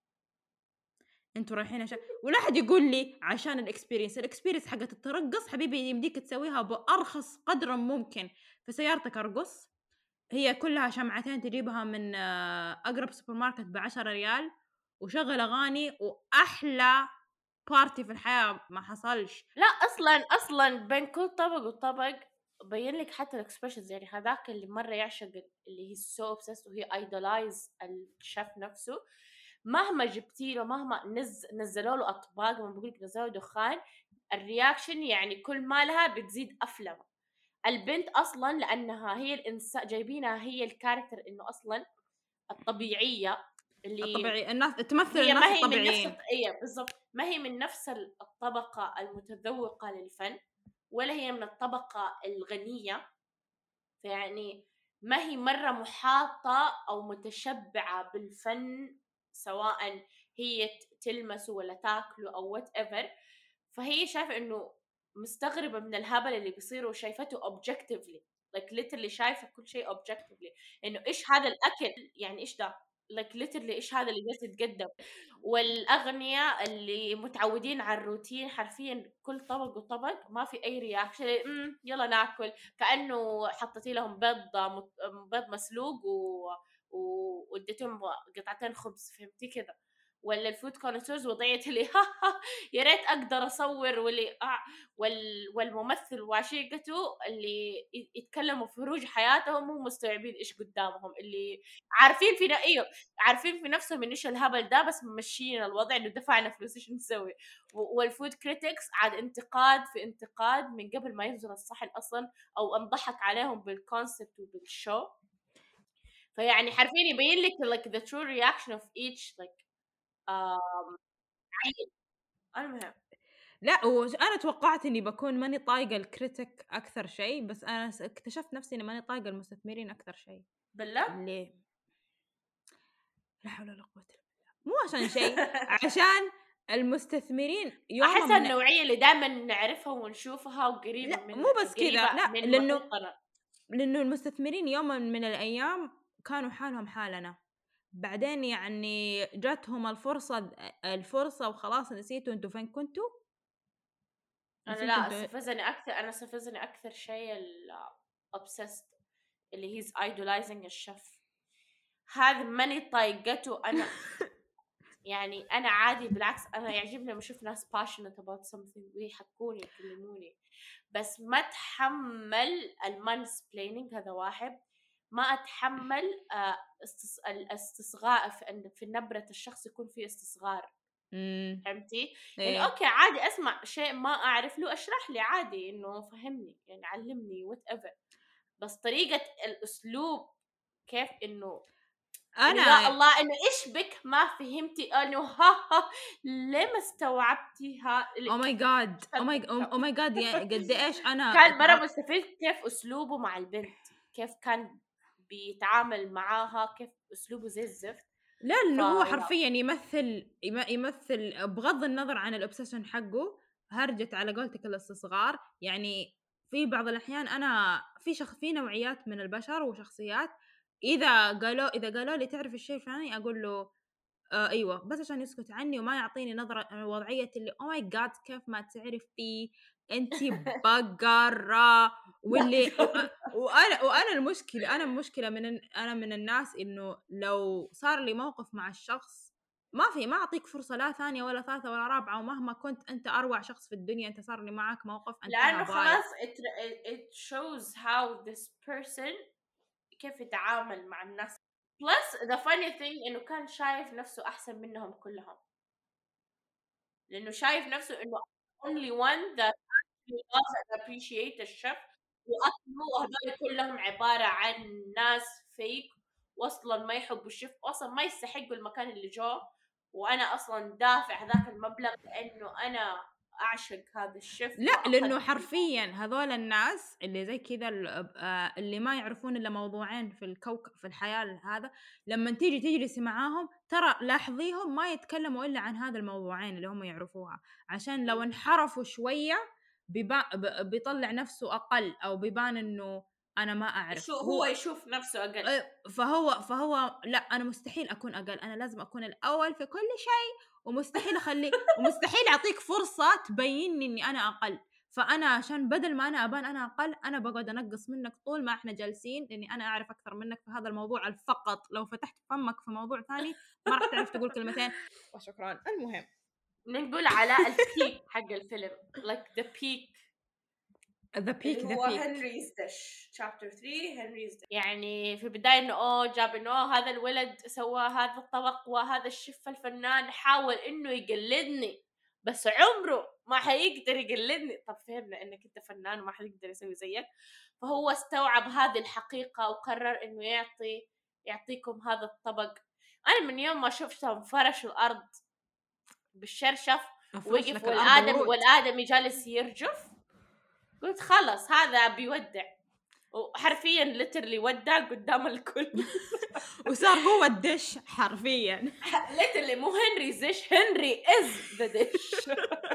انتوا رايحين عشان، ولا حد يقول لي عشان الاكسبيرينس حقت الترقص حبيبي يمديك تسويها بأرخص قدر ممكن في سيارتك. أرقص هي كلها شمعتين تجيبها من أقرب سوبر ماركت ب10 ريال، وشغل أغاني وأحلى بارتي في الحياة ما حصلش. لا اصلا بين كل طبق وطبق بين لك حتى الاكسبريشنز، يعني هذاك اللي مره يعشق اللي هي سو اوبسيست وهي ايدولايز الشيف نفسه، مهما جبتي له مهما نزلوا له اطباق، ما بقول لك نزلوا دخان، الرياكشن يعني كل ما لها بتزيد افلم. البنت اصلا لانها هي الانسان جايبينها هي الكاركتر انه اصلا الطبيعيه اللي الطبيعي الناس تمثل هي الناس ما هي من نفس الطبيعيين. ايه بالضبط، ما هي من نفس الطبقة المتذوقة للفن، ولا هي من الطبقة الغنية، فيعني ما هي مرة محاطة أو متشبعة بالفن، سواء هي تلمسه ولا تاكله أو whatever. فهي شايفة إنه مستغربة من الهبل اللي بيصير، وشايفته objectively like literally شايفة كل شيء objectively، إنه إيش هذا الأكل، يعني إيش ده like literally إيش هذا اللي جالس يتقدم. والأغنياء اللي متعودين على الروتين حرفيا كل طبق وطبق ما في أي رياكشن، يلا ناكل، كأنه حطيتي لهم بيض مسلوق واديتهم قطعتين خبز، فهمتي كذا. ولا الفود كونسورز وضعية اللي يا ريت اقدر اصور، واللي والممثل وعشيقته اللي يتكلموا في فروج حياتهم مو مستوعبين ايش قدامهم، اللي عارفين في ايوه عارفين في نفسهم ان ايش الهبل ده، بس ممشيين الوضع انه دفعنا فلوس ايش نسوي. والفود كريتكس عاد انتقاد في انتقاد من قبل ما ينزل الصحن اصلا، او انضحك عليهم بالكونسبت وبالشو. فيعني حرفيا يبين لك like the true reaction of each like عيل. المهم لا، وأنا توقعت إني بكون ماني طايقة الكريتيك أكثر شيء، بس أنا اكتشفت نفسي إني ماني طايقة المستثمرين أكثر شيء. بالله ليه؟ لا حول ولا قوة إلا بالله. مو عشان شيء، عشان المستثمرين يوما احسها من، النوعيه اللي دائما نعرفها ونشوفها وقريبه لا مو من بس كذا، قريبه لا، من لأنه محيطنا. المستثمرين يوما من الأيام كانوا حالهم حالنا، بعدين يعني جاتهم الفرصة وخلاص نسيتوا انتوا فين كنتوا. انا نسيتوا لا انتوا. استفزني اكثر شيء obsessed اللي هيز idolizing الشيف، هذا ماني طايقته انا. يعني انا عادي بالعكس، انا يعجبني لما اشوف ناس passionate about something ويحكوني يكلموني، بس ما اتحمل المانسبليننج، هذا واحد. ما اتحمل الاستصغاء في نبرة الشخص يكون فيه استصغار، فهمتي؟ يعني ايه. اوكي عادي اسمع شيء ما اعرف له اشرح لي عادي، انه فهمني يعني علمني whatever، بس طريقة الاسلوب كيف انه يا انا الله انه ايش بك ما فهمتي انه ها ليه ما استوعبتي او ماي جاد، او ماي جاد، يعني قد ايش انا كان مرة مستفز كيف اسلوبه مع البنت، كيف كان بيتعامل معاها، كيف اسلوبه زي الزفت. لا، لانه هو فيا حرفيا يمثل بغض النظر عن الاوبسيشن حقه، هرجة على قولتك الاستصغار. يعني في بعض الاحيان انا في نوعيات من البشر وشخصيات، اذا قالوا لي تعرف الشيء الفلاني اقول له ايوه، بس عشان يسكت عني وما يعطيني نظرة وضعية اللي او ماي جاد كيف ما تعرفي انتي بقرة. واللي وانا المشكله انا من الناس انه لو صار لي موقف مع الشخص ما اعطيك فرصه لا ثانيه ولا ثالثه ولا رابعه، ومهما كنت انت اروع شخص في الدنيا انت صار لي معك موقف انتهى لانه باي. خلاص it shows how this person كيف يتعامل مع الناس. plus the funny thing انه كان شايف نفسه احسن منهم كلهم، لانه شايف نفسه انه only one that love and appreciate الشيف، واكله وهذول كلهم عباره عن ناس فيك، واصلا ما يحبوا الشيف، واصلا ما يستحقوا المكان اللي جوه، وانا اصلا دافع ذاك المبلغ لانه انا أعشق هذا الشيف لأ، لإنه وأقدر. حرفيًا هذول الناس اللي زي كذا اللي ما يعرفون إلا موضوعين في الحياة هذا، لمّن تيجي تجلسي معاهم ترى لاحظيهم ما يتكلموا إلا عن هذا الموضوعين اللي هم يعرفوها، عشان لو انحرفوا شوية بيطلّع نفسه أقل أو بيبان إنه أنا ما أعرف، هو يشوف نفسه أقل. فهو لأ، أنا مستحيل أكون أقل، أنا لازم أكون الأول في كل شيء، ومستحيل أعطيك فرصة تبيّني إني أنا أقل، فأنا عشان بدل ما أنا أبان أنا أقل، أنا باقعد أنقّص منك طول ما إحنا جالسين، لإني أنا أعرف أكثر منك في هذا الموضوع فقط، لو فتحت فمك في موضوع ثاني ما راح تعرف تقول كلمتين وشكرًا. المهم نقول على الpeak حق الفيلم like the peak the اللي peak the هو peak. هنري's dish chapter 3 هنري's dish. يعني في البداية إنه جاب إنه هذا الولد سوى هذا الطبق وهذا الشيف الفنان حاول إنه يقلدني بس عمره ما حيقدر يقلدني. طب فهمنا إنك أنت فنان وما حيقدر يسوي زيك. فهو استوعب هذه الحقيقة وقرر إنه يعطيكم هذا الطبق. أنا من يوم ما شفتهم فرشوا الأرض بالشرشف أفرش وقف لك الأرض ورود. والآدمي جالس يرجف، قلت خلص هذا بيودع. وحرفيا ليترلي ودع قدام الكل. وصار هو الدش حرفيًا. ليترلي مو هنري زيش، هنري از ذا ديش.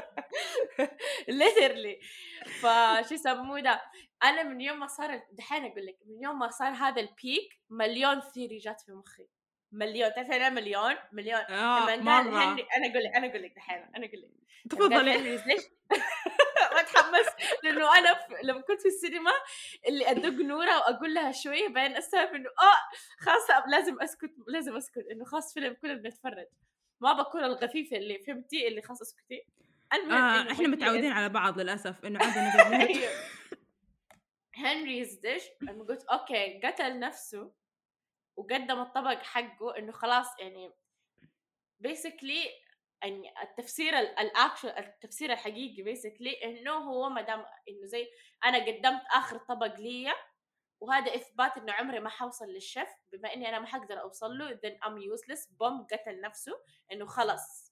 ليترلي. فشو يسموه ده، انا من يوم ما صار دحين اقول لك من يوم ما صار هذا البيك مليون ثيري جات في مخي، مليون. تعرف انا مليون لما قال مرة. هنري، انا اقول لك دحين انا اقول لك لما قال تفضلي. هنري زيش ما اتحمس، لانه انا لما كنت في السينما اللي ادق نوره واقول لها شويه بعدين استوعب انه خلاص لازم اسكت انه خلاص فيلم كلنا بنتفرج، ما بكون الغفيفه اللي فهمتي اللي خلاص اسكتي. المهم انه إحنا متعودين على بعض للأسف إنه عادي نقعد نهرج. هنري's ديش انا قلت اوكي قتل نفسه وقدم الطبق حقه انه خلاص يعني بيسكلي يعني التفسير الحقيقي بيسكلي انه هو ما دام انه زي انا قدمت اخر طبق ليا وهذا اثبات انه عمري ما حوصل للشيف، بما اني انا ما حقدر اوصل له then I'm useless. بوم قتل نفسه انه خلص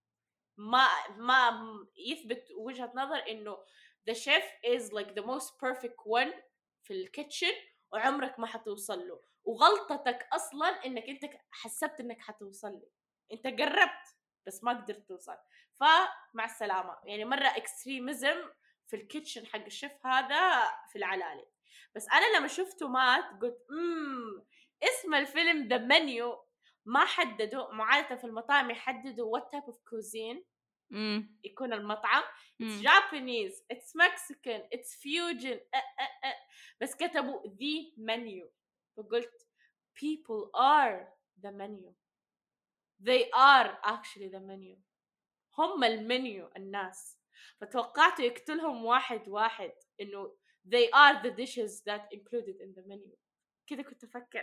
ما يثبت وجهة نظر انه the chef is like the most perfect one في الكيتشن وعمرك ما حتوصل له، وغلطتك اصلا انك انت حسبت انك حتوصل له، انت قربت بس ما قدرت توصل. فمع السلامة يعني مرة اكستريميزم في الكيتشن حق الشيف هذا في العلالي. بس انا لما شفته مات قلت اسم الفيلم ذا منيو ما حددوا، عادة في المطاعم يحددوا what type of cuisine يكون المطعم. it's Japanese, it's Mexican, it's fusion بس كتبوا the menu. فقلت people are the menu, they are actually the menu. هم المنيو الناس. فتوقعت يقتلهم واحد انه they are the dishes that included in the menu. كده كنت أفكر.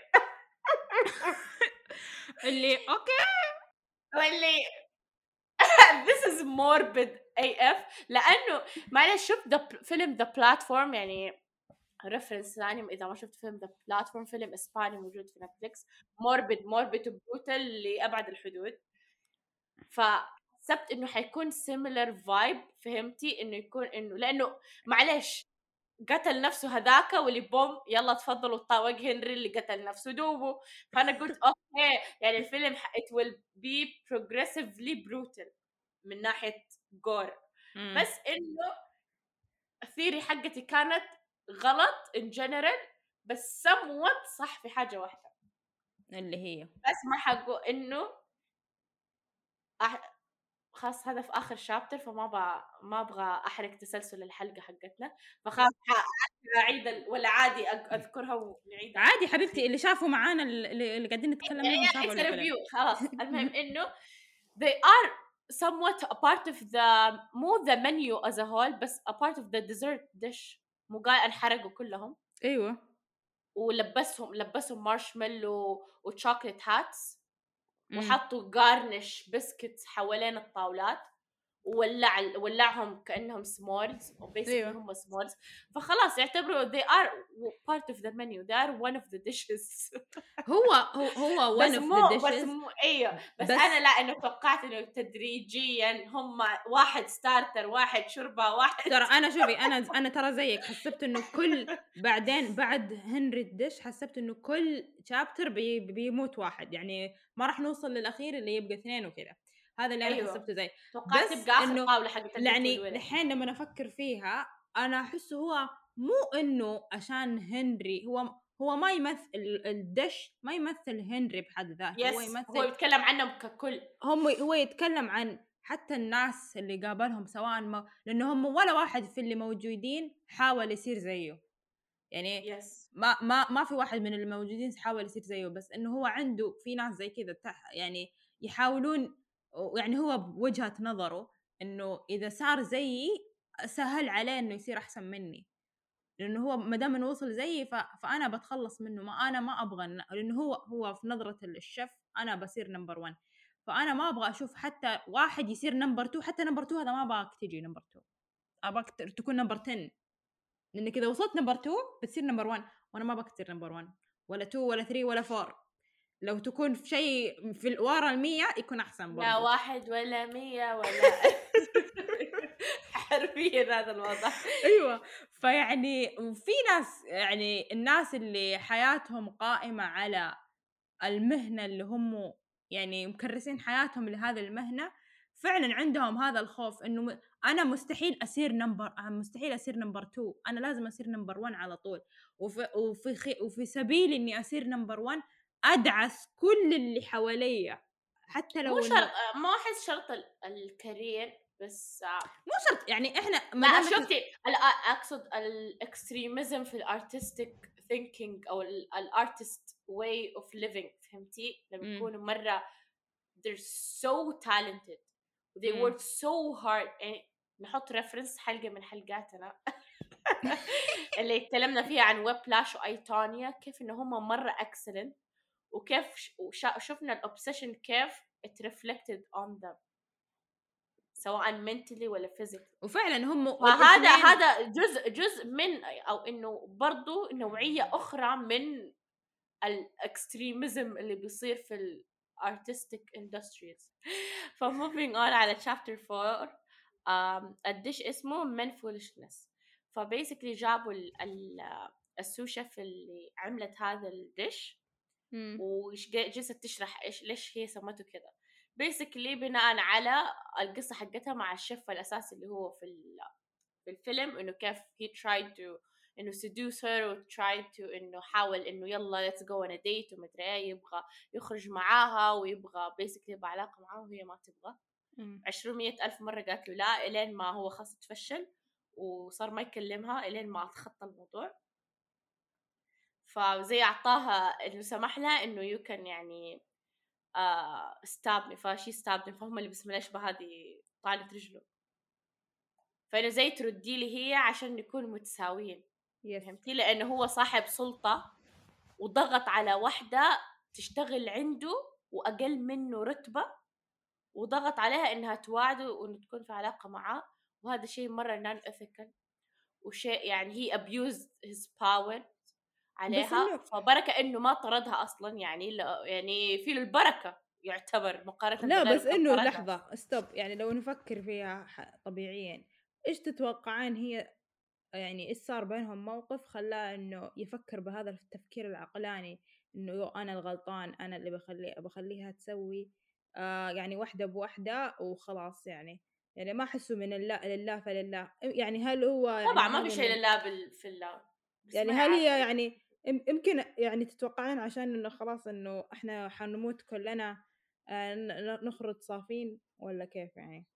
اللي أوكي واللي this is morbid AF لأنه معلش شفت فيلم The Platform يعني ريفرنس ثاني إذا ما شفت فيلم The Platform فيلم إسباني موجود في نتفليكس morbid وبروتال لأبعد الحدود. فحسبت إنه حيكون similar vibe فهمتي إنه يكون إنه لأنه معلش قتل نفسه هذاك واللي بوم يلا تفضلوا الطاوق هنري اللي قتل نفسه دوبه. فأنا قلت أوكي يعني الفيلم it will be progressively brutal من ناحية جور. بس إنه الثيري حقتي كانت غلط in general بس somewhat صح في حاجة واحدة اللي هي بس ما حقه إنه خاص هذا في آخر شابتر ما أبغى أحرق تسلسل الحلقة حقتنا فخاف أعيد ولا عادي أذكرها ونعيدها. عادي حبيبتي اللي شافوا معانا اللي قاعدين نتكلم يعني عنهم شافوا ريفيو خلاص. المهم إنه they are somewhat a part of the مو the menu as a whole بس a part of the dessert dish. مو قال انحرقوا كلهم. أيوة لبسهم مارشميلو وشوكليت هاتس وحطوا جارنش بسكتس حوالين الطاولات ولعهم كأنهم s'mores وبيسكلي أيوه. هم s'mores، فخلاص يعتبروا they are part of the menu, they are one of the dishes. هو one بس of the مو بس dishes. مو أيوه، بس أنا بس لا، إنه توقعت إنه تدريجيًا هم واحد starter، واحد شوربة، واحد. ترى أنا شوفي، أنا ترى زيِّك، حسّبت إنه بعدين بعد هنري الدِش حسّبت إنه كل chapter بيموت واحد، يعني ما راح نوصل للأخير اللي يبقى 2 وكذا، هذا اللي أنا أيوه، حسّبته زيِّك. توقعت بس تبقى آخر إنه طاولة حقة البنت يعني والولد. دحين لمّا أفكّر فيها، أنا أحسّه هو مو إنه عشان هنري، هو ما يمث الدِش ما يمثّل هنري بحد ذاته، هو يس، هو يمثّل بيتكلم عنهم ككل. هو يتكلّم عن حتى الناس اللي قابلهم، سواء لإنه هم ولا واحد في اللي موجودين حاول يصير زيه، يعني يس. ما في واحد من الموجودين حاول يصير زيه، بس إنه هو عنده في ناس زي كذا يعني يحاولون، ويعني هو بوجهة نظره إنه إذا صار زيي سهل عليه إنه يصير أحسن مني. لإنه هو ما دام إنه وصل زيي فأنا باتخلّص منه، أنا ما أبغى لإنه هو في نظرة الchef أنا باصير number one، فأنا ما أبغى أشوف حتى واحد يصير number 2، حتى number 2 هذا ما أبغاك تيجي number 2، أبغاك تكون number 10، لإنك إذا وصلت number 2 بتصير number 1، وأنا ما أبغاك تصير number 1 ولا 2 ولا 3 ولا 4، لو تكون في شيء ورا ال100 يكون أحسن لا برضه. 1 ولا 100 ولا حرفيًا هذا الوضع. أيوه، فيعني وفي ناس، يعني الناس اللي حياتهم قائمة على المهنة اللي هم يعني مكرّسين حياتهم لهذه المهنة، فعلًا عندهم هذا الخوف إنه أنا مستحيل أصير number 2، أنا لازم أصير number 1 على طول، وفي سبيل إني أصير number 1 أدعس كل اللي حواليّا، حتى مو لو شرط، إنه ما أحس شرط الcareer، بس مو شرط، يعني إحنا ما لأ دام إحنا شُفتِ أقصد الextremism في الartistic thinking أو الartist way of living، فهمتِ؟ لمّا إمم، يكونوا مرّة they're so talented they إمم. work so hard، يعني نحط reference حلقة من حلقاتنا اللي اتكلمنا فيها عن Whiplash وأيطانيا، كيف إن هم مرّة excellent، وكيف شُفنا الobsession كيف it reflected on them سواء mentally والّا physically. وفعلًا هم الإثنين. فهذا جزء من، أو إنه برضه نوعية أخرى من الextremism اللي بيصير في الartistic industries. فmoving on على chapter 4، الdish اسمه men foolishness. فbasically جابوا الsous chef اللي عملت هذا الdish، إمم، جلست تشرح ليش هي سمته كذا. basically بناءً على القصة حقتها مع الشيف الأساسي اللي هو في الفيلم، إنه كيف he tried to إنه seduce her و tried to إنه حاول إنه يلا let's go on a date ومدري إيه، يبغى يخرج معاها ويبغى basically يبغى علاقة معاها وهي ما تبغى. إمم. 200 ألف مرة قالت له لا، إلين ما هو خلاص تفشل وصار ما يكلمها إلين ما تخطى الموضوع. فزي أعطاها إنه سمح لها إنه you can يعني stab me، فشي stabbed me، فهم اللي بسم الله يشبه هذه طعنت رجله. فإنه زي تردي لي هي عشان نكون متساويين، يس. فهمتي؟ لأنه هو صاحب سلطة وضغط على واحدة تشتغل عنده وأقل منه رتبة، وضغط عليها إنها تواعده وإنه تكون في علاقة معاه، وهذا شيء مرة non ethical، وشيء يعني he abused his power بس عليها. إنه فبركة إنه ما طردها أصلا، يعني يعني في له البركة يعتبر مقارنة لا، بغيره بس كان إنه طردها. لحظة stop، يعني لو نفكّر فيها طبيعيًا، إيش تتوقعين هي، يعني إيش صار بينهم موقف خلّاه إنه يفكّر بهذا التفكير العقلاني، إنه أنا الغلطان، أنا اللي باخلّيها تسوي يعني واحدة بواحدة وخلاص يعني، يعني ما أحسّه من لله فلله، يعني هل هو طبعا يعني ما في هذا شيء من، لله في الله، بس يعني ما هي هل عارفة هي إيش. يعني يمكن يعني تتوقعين عشان إنه خلاص إنه إحنا حنموت كلنا نخرج صافين والّا كيف يعني؟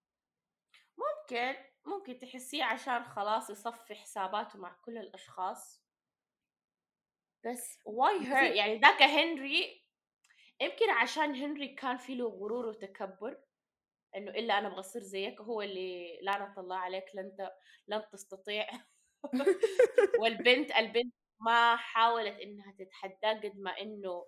ممكن تحسيه عشان خلاص يصفي حساباته مع كل الأشخاص، بس why بس her يعني ذاك هنري. يمكن عشان هنري كان في له غرور وتكبر، إنه إلا أنا أبغى أصير زيك، هو اللي لعنة الله عليك لن تستطيع. البنت ما حاولت إنها تتحداه قد ما إنه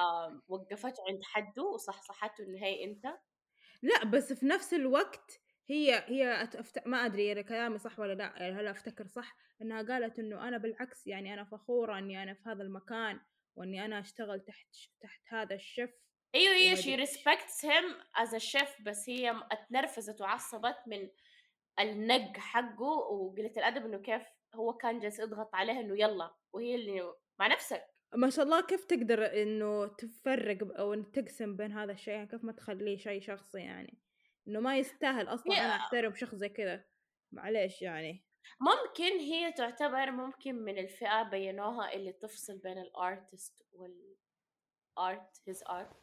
وقفته عند حده وصحصحته إنه هي أنت. لأ، بس في نفس الوقت هي ما أدري إذا كلامي صح والّا لأ، يعني هل أفتكر صح إنها قالت إنه أنا بالعكس يعني أنا فخورة إني أنا في هذا المكان، وإني أنا أشتغل تحت هذا الchef أيوه هي وما she أدري إيش. respects him as a chef، بس هي اتنرفزت وعصبت من النَّج حقه وقلة الأدب، إنه كيف هو كان جالس يضغط عليها إنه يالّا، وهي اللي مع نفسك. ما شاء الله كيف تقدر إنه تفرّق أو إن تقسم بين هذا الشيء، يعني كيف ما تخلّيه شيء شخصي يعني، إنه ما يستاهل هي أصلًا أنا أحترم شخص زي كذا، معليش يعني. ممكن هي تعتبر ممكن من الفئة بيّنوها اللي تفصل بين الartist والart his art.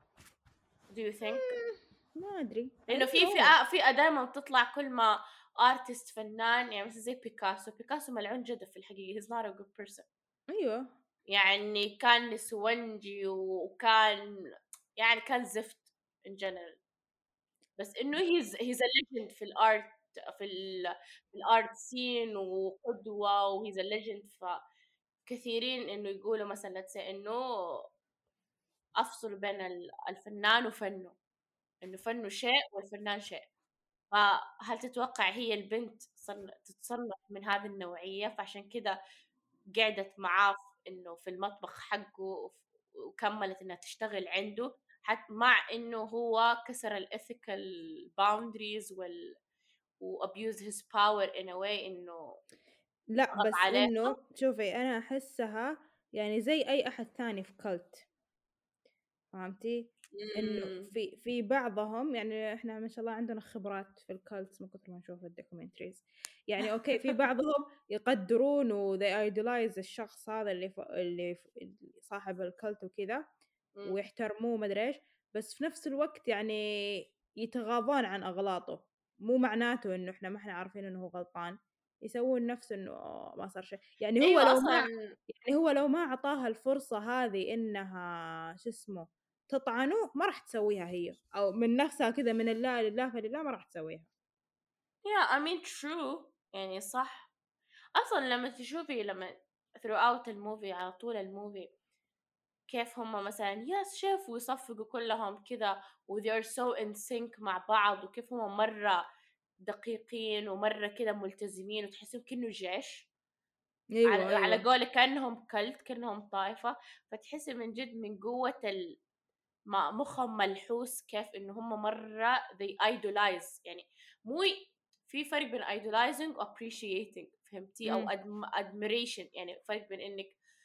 Do you think؟ ما أدري، I لإنه don't في know. فئة دايمًا تطلع كل ما artist فنان، يعني مثلًا زي بيكاسو ملعون جدة في الحقيقة he's not a good person. أيوه. يعني كان نسوانجي وكان يعني كان زفت in general. بس إنه he's a legend في الart في ال في الart scene وقدوة وhe's a legend. فكثيرين إنه يقولوا مثلًا let's say إنه أفصل بين الفنان وفنه، إنه فنه شيء والفنان شيء. فهل تتوقع هي البنت تتصنف من هذه النوعية، فعشان كده قعدت معاه إنه في المطبخ حقه وكمّلت إنها تشتغل عنده، مع إنه هو كسر الethical boundaries وabuse his power in a way إنه لأ، ضغط بس عليها. إنه شوفي أنا أحسّها يعني زي أي أحد ثاني في cult. فهمتِ؟ إنه إمم. في بعضهم يعني إحنا ما شاء الله عندنا خبرات في الcults من كثر ما نشوف الdocumentaries. يعني أوكي في بعضهم يقدّرون وthey idolize الشخص هذا اللي صاحب الcult وكذا، إمم. ويحترموه وما أدري إيش، بس في نفس الوقت يعني يتغاضون عن أغلاطه، مو معناته إنه إحنا ما إحنا عارفين إنه هو غلطان، يسوون نفس إنه ما صار شيء، يعني هو أيوه لو أصلًا. ما يعني هو لو ما عطاها الفرصة هذه إنها شو اسمه تطعنه ما راح تسويها هي، أو من نفسها كذا من الله لله فلله ما راح تسويها. yeah I mean true، يعني صح. أصلًا لمّا تشوفي لمّا throughout الmovie على طول الmovie كيف هم مثلًا yes chef ويصفقوا كلّهم كذا they are so in sync مع بعض، وكيف هم مرّة دقيقين ومرّة كده ملتزمين وتحسّيهم كأنه جيش، أيوه، على أيوه. قولِك كأنهم cult كأنهم طائفة. فتحسّي من جد من قوة مُخّهم ملحوس كيف إنه هم مرّة they idolize، يعني مو في فرق بين idolizing وappreciating، فهمتِ؟ أو إمم. admiration، يعني فرق بين إنِّك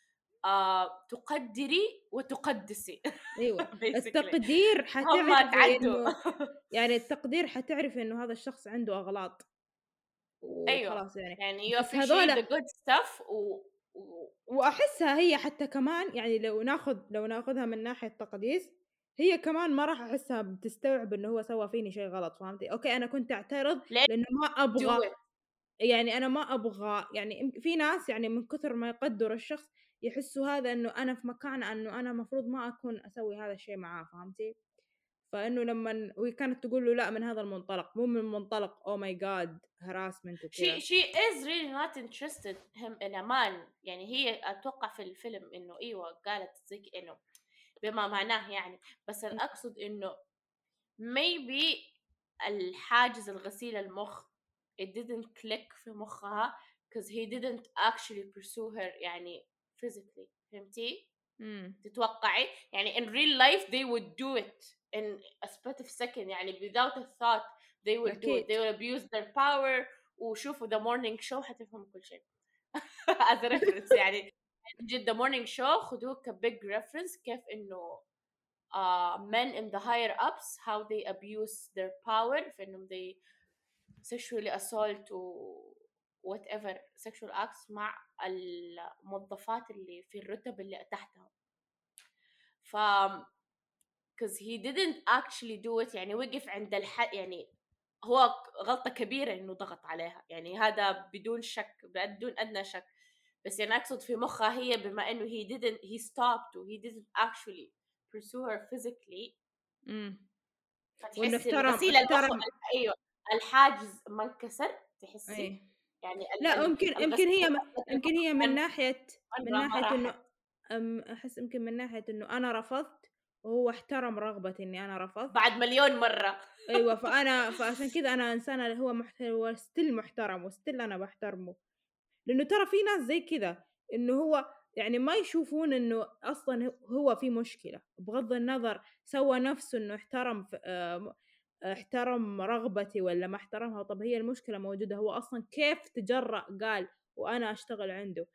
تقدّري وتقدّسي أيوه، basically. التقدير هم حتعرفي اتعدّوا. إنه يعني التقدير حتعرفي إنه هذا الشخص عنده أغلاط أيوه، وخلاص يعني، يعني you بس appreciate هذولا the good stuff و وأحسها هي حتى كمان يعني لو ناخذها من ناحية تقديس، هي كمان ما راح أحسها بتستوعب إنه هو سوى فيني شيء غلط، فهمتِ؟ أوكي أنا كنت أعترض let's لإنه ما do أبغى it. يعني أنا ما أبغى يعني في ناس يعني من كثر ما يقدّروا الشخص يحسّوا هذا إنه أنا في مكانة إنه أنا المفروض ما أكون أسوي هذا الشيء معاه، فهمتِ؟ فإنه وهي كانت تقول له لأ من هذا المنطلق، مو من منطلق oh my god harassment she وكذا. she is really not interested him in a man، يعني هي أتوقع في الفيلم إنه أيوه قالت زي إنه بما معناه يعني، بس إمم. أنا أقصد إنه maybe الحاجز الغسيل المُخ it didn't click في مُخّها because he didn't actually pursue her يعني physically، فهمتِ؟ إمم. تتوقعي؟ يعني in real life they would do it in a split of second، يعني without a thought they will do it. أكيد. they will abuse their power. وشوفوا the morning show حتفهموا كل شيء. as a reference يعني من جد the morning show خدوه كbig reference كيف إنه men in the higher ups how they abuse their power في إنهم they sexually assault whatever sexual acts مع الموظفات اللي في الرتب اللي تحتهم. ف because he didn't actually do it، يعني وقف عند يعني هو غلطة كبيرة إنه ضغط عليها، يعني هذا بدون شك بدون أدنى شك. بس يعني أقصد في مخها هي بما إنه he stopped و he didn't actually pursue her physically، إمم. وإنه فتحسي الغسيل المخ احترم أيوه الحاجز ما انكسر تحسي، أي. يعني لأ يمكن الغسيل هي يمكن المخ هي مرة ما من ناحية راحت. إنه أحس يمكن من ناحية إنه أنا رفضت وهو احترم رغبتي إني أنا رفضت. بعد مليون مرة. أيوه، فعشان كذا أنا إنسانة اللي هو still محترم وstill أنا باحترمه. لإنه ترى في ناس زي كذا، إنه هو يعني ما يشوفون إنه أصلًا هو في مشكلة، بغض النظر سوى نَفْسه إنه احترم رغبتي والّا ما احترمها، طَب هي المشكلة موجودة، هو أصلًا كيف تجرأ قال وأنا أشتغل عنده،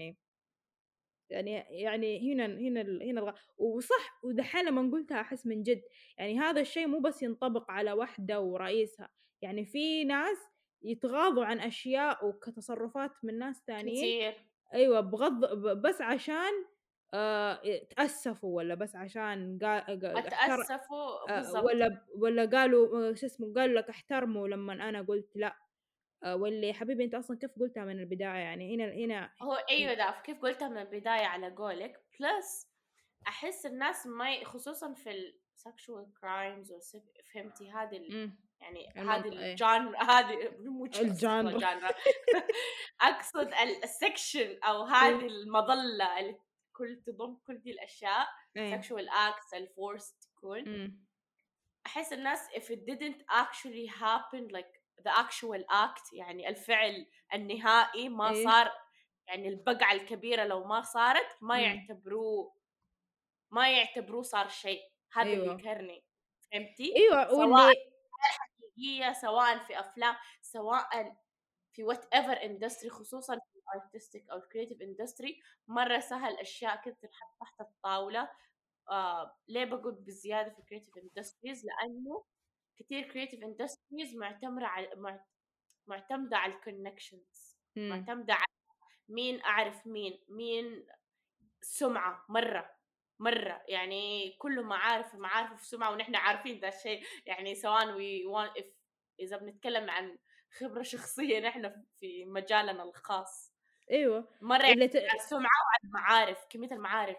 يعني هنا وصح ودحين لمّا قُلتها أحس من جد، يعني هذا الشيء مو بس ينطبق على واحدة ورئيسها، يعني في ناس يتغاضوا عن أشياء وكتصرفات من ناس تانيين. كتير. أيوه بس عشان اتأسفوا والّا بس عشان قا ق احتر اتأسفوا بالضبط. والّا قالوا شو اسمه، قالوا لك احترموا لمّا أنا قُلت لأ، واللي يا حبيبي أنت أصلًا كيف قُلتها من البداية يعني هنا هو أيوه ده كيف قُلتها من البداية على قولك، plus أحس الناس ما خصوصًا في sexual crimes فهمتِ هذه إمم، يعني هذه إيه، هذه مو sexual الجانرا genre. أقصد الsection أو إيه، هذه المظلة اللي تضم كل دي الأشياء إيه، sexual acts الforced تكون. إمم، أحس الناس if it didn't actually happen like the actual act يعني الفعل النهائي ما إيه، صار، يعني البقعة الكبيرة لو ما صارت إمم، ما يعتبروه صار شيء. هذا اللي أيوه، يقهرني، فهمتِ؟ أيوه سواء واللي حقيقية، سواء في أفلام، سواء في whatever industry خصوصًا في الartistic أو الcreative industry مرة سهل أشياء كده تنحط تحت الطاولة. ليه باقول بزيادة في الcreative industries؟ لأنه كتير creative industries مُعتمدة على الconnections، إمم، مُعتمدة على مين أعرف مين سُمعة مرّة، يعني كُلّه معارف في سُمعة ونحن عارفين ذا الشيء، يعني سواء إذا بنتكلم عن خبرة شخصية نحن في مجالنا الخاص، أيوه، مرّة اللي عن سُمعة وعن معارف، كمية المعارف،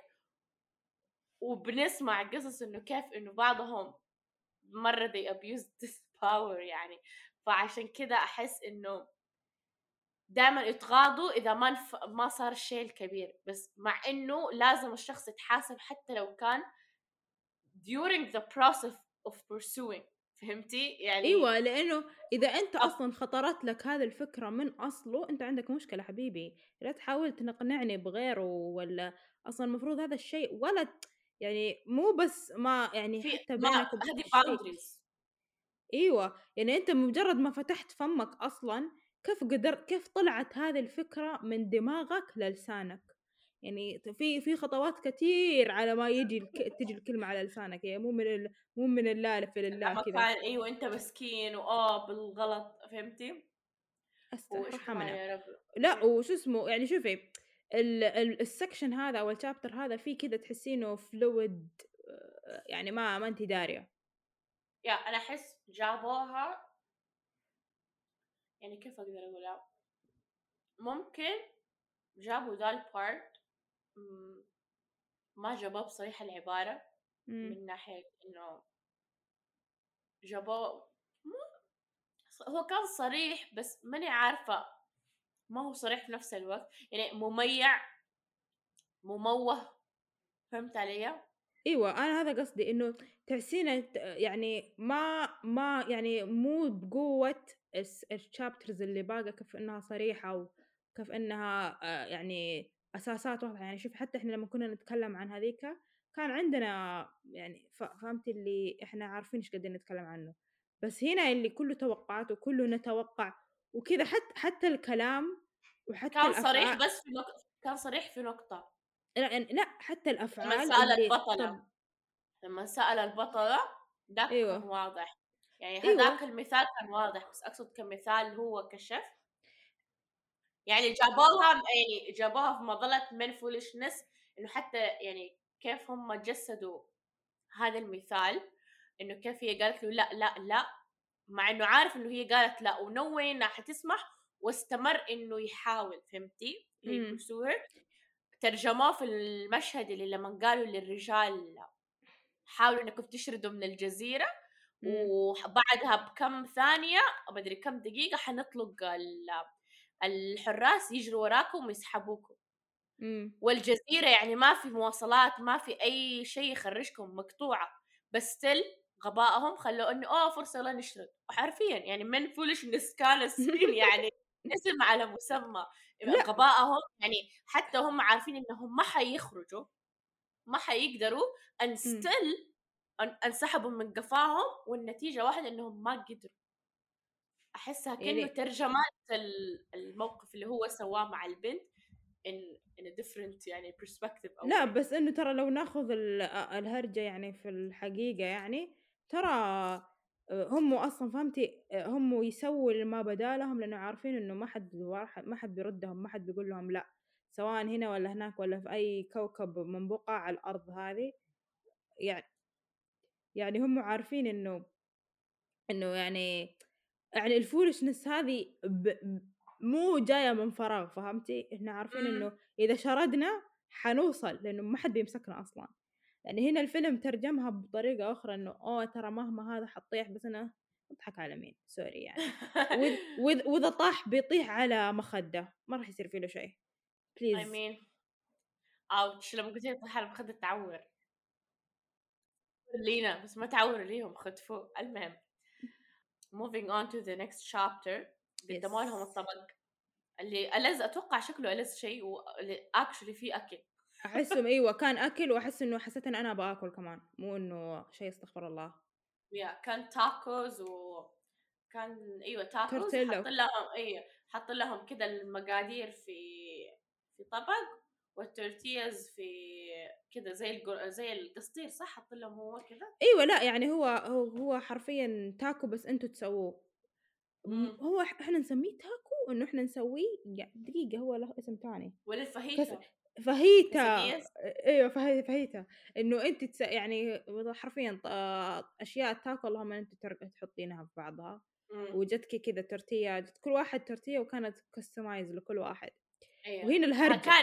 وبنسمع قصص إنه كيف إنه بعضهم مرّة they abused this power يعني. فعشان كده أحس إنه دايمًا يتغاضوا إذا ما صار الشيء الكبير، بس مع إنه لازم الشخص يتحاسب حتى لو كان during the process of pursuing، فهمتِ؟ يعني أيوه، لإنه إذا أنت أب أصلًا خطرت لك هذه الفكرة من أصله، أنت عندك مشكلة حبيبي، لا تحاول تقنعني بغيره والّا أصلًا المفروض هذا الشيء ولا يعني مو بس ما يعني في حتى ما بينك وبين هذه الشيء. boundaries. أيوه، يعني أنت بمجرد ما فتحت فمك أصلًا كيف طلعت هذه الفكرة من دماغك للسانك، يعني في خطوات كتير على ما تيجي الكلمة على لسانك، يعني مو من الألف للله لمّا كذا. كان أيوه أنت مسكين بالغلط، فهمتِ؟ واشكرها رحمنا. يا رب. لأ وشو اسمه، يعني شوفي الsection هذا أو الchapter هذا فيه كذا تحسينه fluid، يعني ما أنتِ دارية. أنا أحس جابوها، يعني كيف أقدر أقولها؟ ممكن جابوا ذا الpart إمم، ما جابوه بصريح العبارة، إمم، من ناحية إنه جابوه هو كان صريح بس ماني عارفة، ما هو صريح في نفس الوقت، يعني مموّه، فهمت علي؟ أيوه أنا هذا قصدي إنه تحسينه يعني ما يعني مو بقوة الchapters اللي باقي كيف إنها صريحة وكيف إنها يعني أساسات واضحة، يعني شوفي حتى إحنا لمّا كنا نتكلم عن هذيك كان عندنا يعني فهمتِ اللي إحنا عارفين إيش قاعدين نتكلم عنه، بس هنا اللي كله توقعات وكله نتوقع وكذا حتى الكلام وحتى كان صريح في نقطة. لأ حتى لمّا الأفعال سأل اللي البطلة لمّا سأل البطلة داك كان أيوه، واضح، يعني أيوه، هذاك المثال كان واضح، بس أقصد كمثال هو كشف، يعني جابوها في مظلة من foolishness، إنه حتى يعني كيف هم جسّدوا هذا المثال، إنه كيف هي قالت له لأ، لأ، لأ، مع إنه عارف إنه هي قالت لأ وno way إنها حتسمح، واستمر إنه يحاول، فهمتِ؟ he إمم، pursue her. ترجموه في المشهد اللي لمّا قالوا للرجال حاولوا إنكم تشردوا من الجزيرة، إمم. بعدها بكم ثانية أو ما أدري كم دقيقة حنطلق الحراس يجروا وراكم ويسحبوكم. والجزيرة يعني ما في مواصلات، ما في أي شيء يخرّجكم، مقطوعة، بس still غبائهم خلّوا إنه فرصة يالّا نشرد، وحرفيًا يعني من foolishness كان السين يعني اسم على مسمى، لأ، غبائهم يعني حتى هم عارفين إنهم ما حيخرجوا، ما حيقدروا and إمم، still انسحبوا من قفاهم والنتيجة واحدة إنهم ما قدروا. أحسّها كإنه يعني ترجمة الموقف اللي هو سواه مع البنت in a different يعني perspective أو لأ، way. بس إنه ترى لو ناخذ الهرجة يعني في الحقيقة يعني، ترى هم أصلًا فهمتِ، هم يسووا اللي ما بدا لهم لأنه عارفين إنه ما حد بيردهم، ما حد بيقول لهم لأ، سواء هنا والّا هناك والّا في أي كوكب من بقع الأرض هذه، يع يعني هم عارفين إنه يعني الfoolishness هذه مو جاية من فراغ، فهمتِ؟ إحنا عارفين إمم. إنه إذا شردنا حنوصل، لإنه ما حد بيمسكنا أصلًا. يعني هنا الفيلم ترجمها بطريقة أخرى إنه ترى مهما هذا حتطيح بس أنا أضحك على مين، sorry يعني. وإذا طاح بيطيح على مخدة، ما راح يصير فيه له شيء I please. mean ouch لمّا قُلتِ لي طاح على المخدة تعوّر لينا، بس ما تعوّر ليهم خُتفوا. المهم moving on to the next chapter قدّموا لهم yes. الطبق اللي ألذ أتوقع شكله ألذ شيء actually فيه أكل. أحسهم أيوه كان أكل، وأحس إنه حسيت إن أنا أبغى آكل كمان، مو إنه شيء استغفر الله. كان tacos وكان أيوه tacos تورتيلا. وحاطين لهم حاطين لهم كده المقادير في طبق والtortillas في كده زي القصدير صح؟ حاطين لهم هو كده؟ أيوه لأ يعني هو حرفيًا تاكو بس أنتم تسووه. إمم. هو إحنا نسميه تاكو إنه إحنا نسويه دقيقة هو له اسم تاني. كس وللفاهيتا فاهيتا. quesadillas أيوه فاهيتا، إنه أنتِ يعني حرفيًا أشياء التاكو اللهم أنتِ تحطينها في بعضها، إمم. وجتكِ كذا تورتية، جت كل واحد تورتية وكانت customize لكل واحد، أيوه. وهنا الهرجة.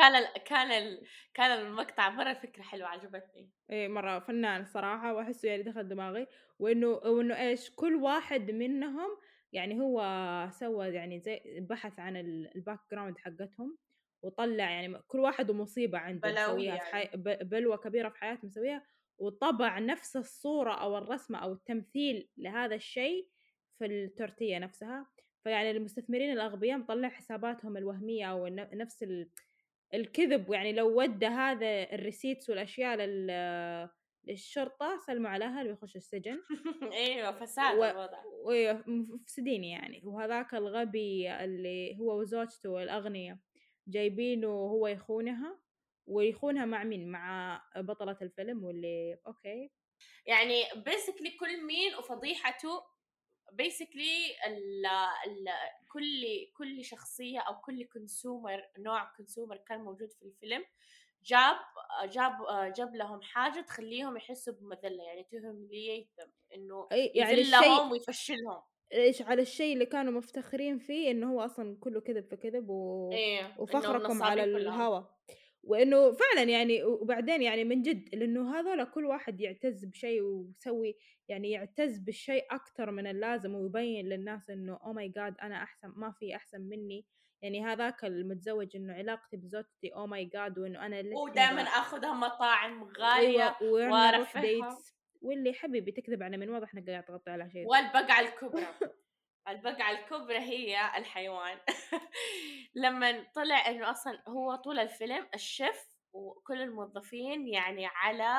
كان المقطع مرة فكرة حلوة عجبتني. مرة فنان الصراحة، وأحسه يعني دخل دماغي، وإنه إيش كل واحد منهم يعني هو سوى يعني زي بحث عن الbackground حقتهم، وطلّع يعني كل واحد ومصيبة عنده بلاوي مسويها في يعني. بلوى كبيرة في حياته مسويها، وطبع نفس الصورة أو الرسمة أو التمثيل لهذا الشيء في التورتية نفسها، فيعني المستثمرين الأغبياء مطلّع حساباتهم الوهمية أو نفس الكذب، ويعني لو ودّى هذا الreceipts والأشياء للشرطة سلموا على الأهل ويخش السجن. أيوه فساد و الوضع. مفسدين يعني، وهذاك الغبي اللي هو وزوجته الأغنيا جايبينه وهو يخونها، ويخونها مع مين؟ مع بطلة الفيلم واللي أوكي. يعني basically كل مين وفضيحته basically ال كل شخصية أو كل نوع consumer كان موجود في الفيلم جاب جاب لهم حاجة تخلّيهم يحسّوا بمَذلّة، يعني to humiliate them إنه يعني الشيء يذلّهم ويفشّلهم. على الشيء اللي كانوا مفتخرين فيه إنه هو أصلًا كلّه كذب في كذب إنهم وفخركم على نصابين كلّهم. الهوا، وإنه فعلًا يعني وبعدين يعني من جد لإنه هذول كل واحد يعتز بشيء ويسوي يعني يعتز بالشيء أكتر من اللازم، ويبيّن للناس إنه oh my god أنا أحسن ما في أحسن منّي، يعني هذاك المتزوج إنه علاقتي بزوجتي oh my god وإنه أنا لسه ودايمًا آخُدها مطاعم غالية أيوه نروح وأرفّهها. dates واللي حبيبي تكذب على مين واضح إنك قاعد تغطي على شيء. والبقعة الكبرى، البقعة الكبرى هي الحيوان. لمّن طلع إنه أصلًا هو طول الفيلم الchef وكل الموظفين يعني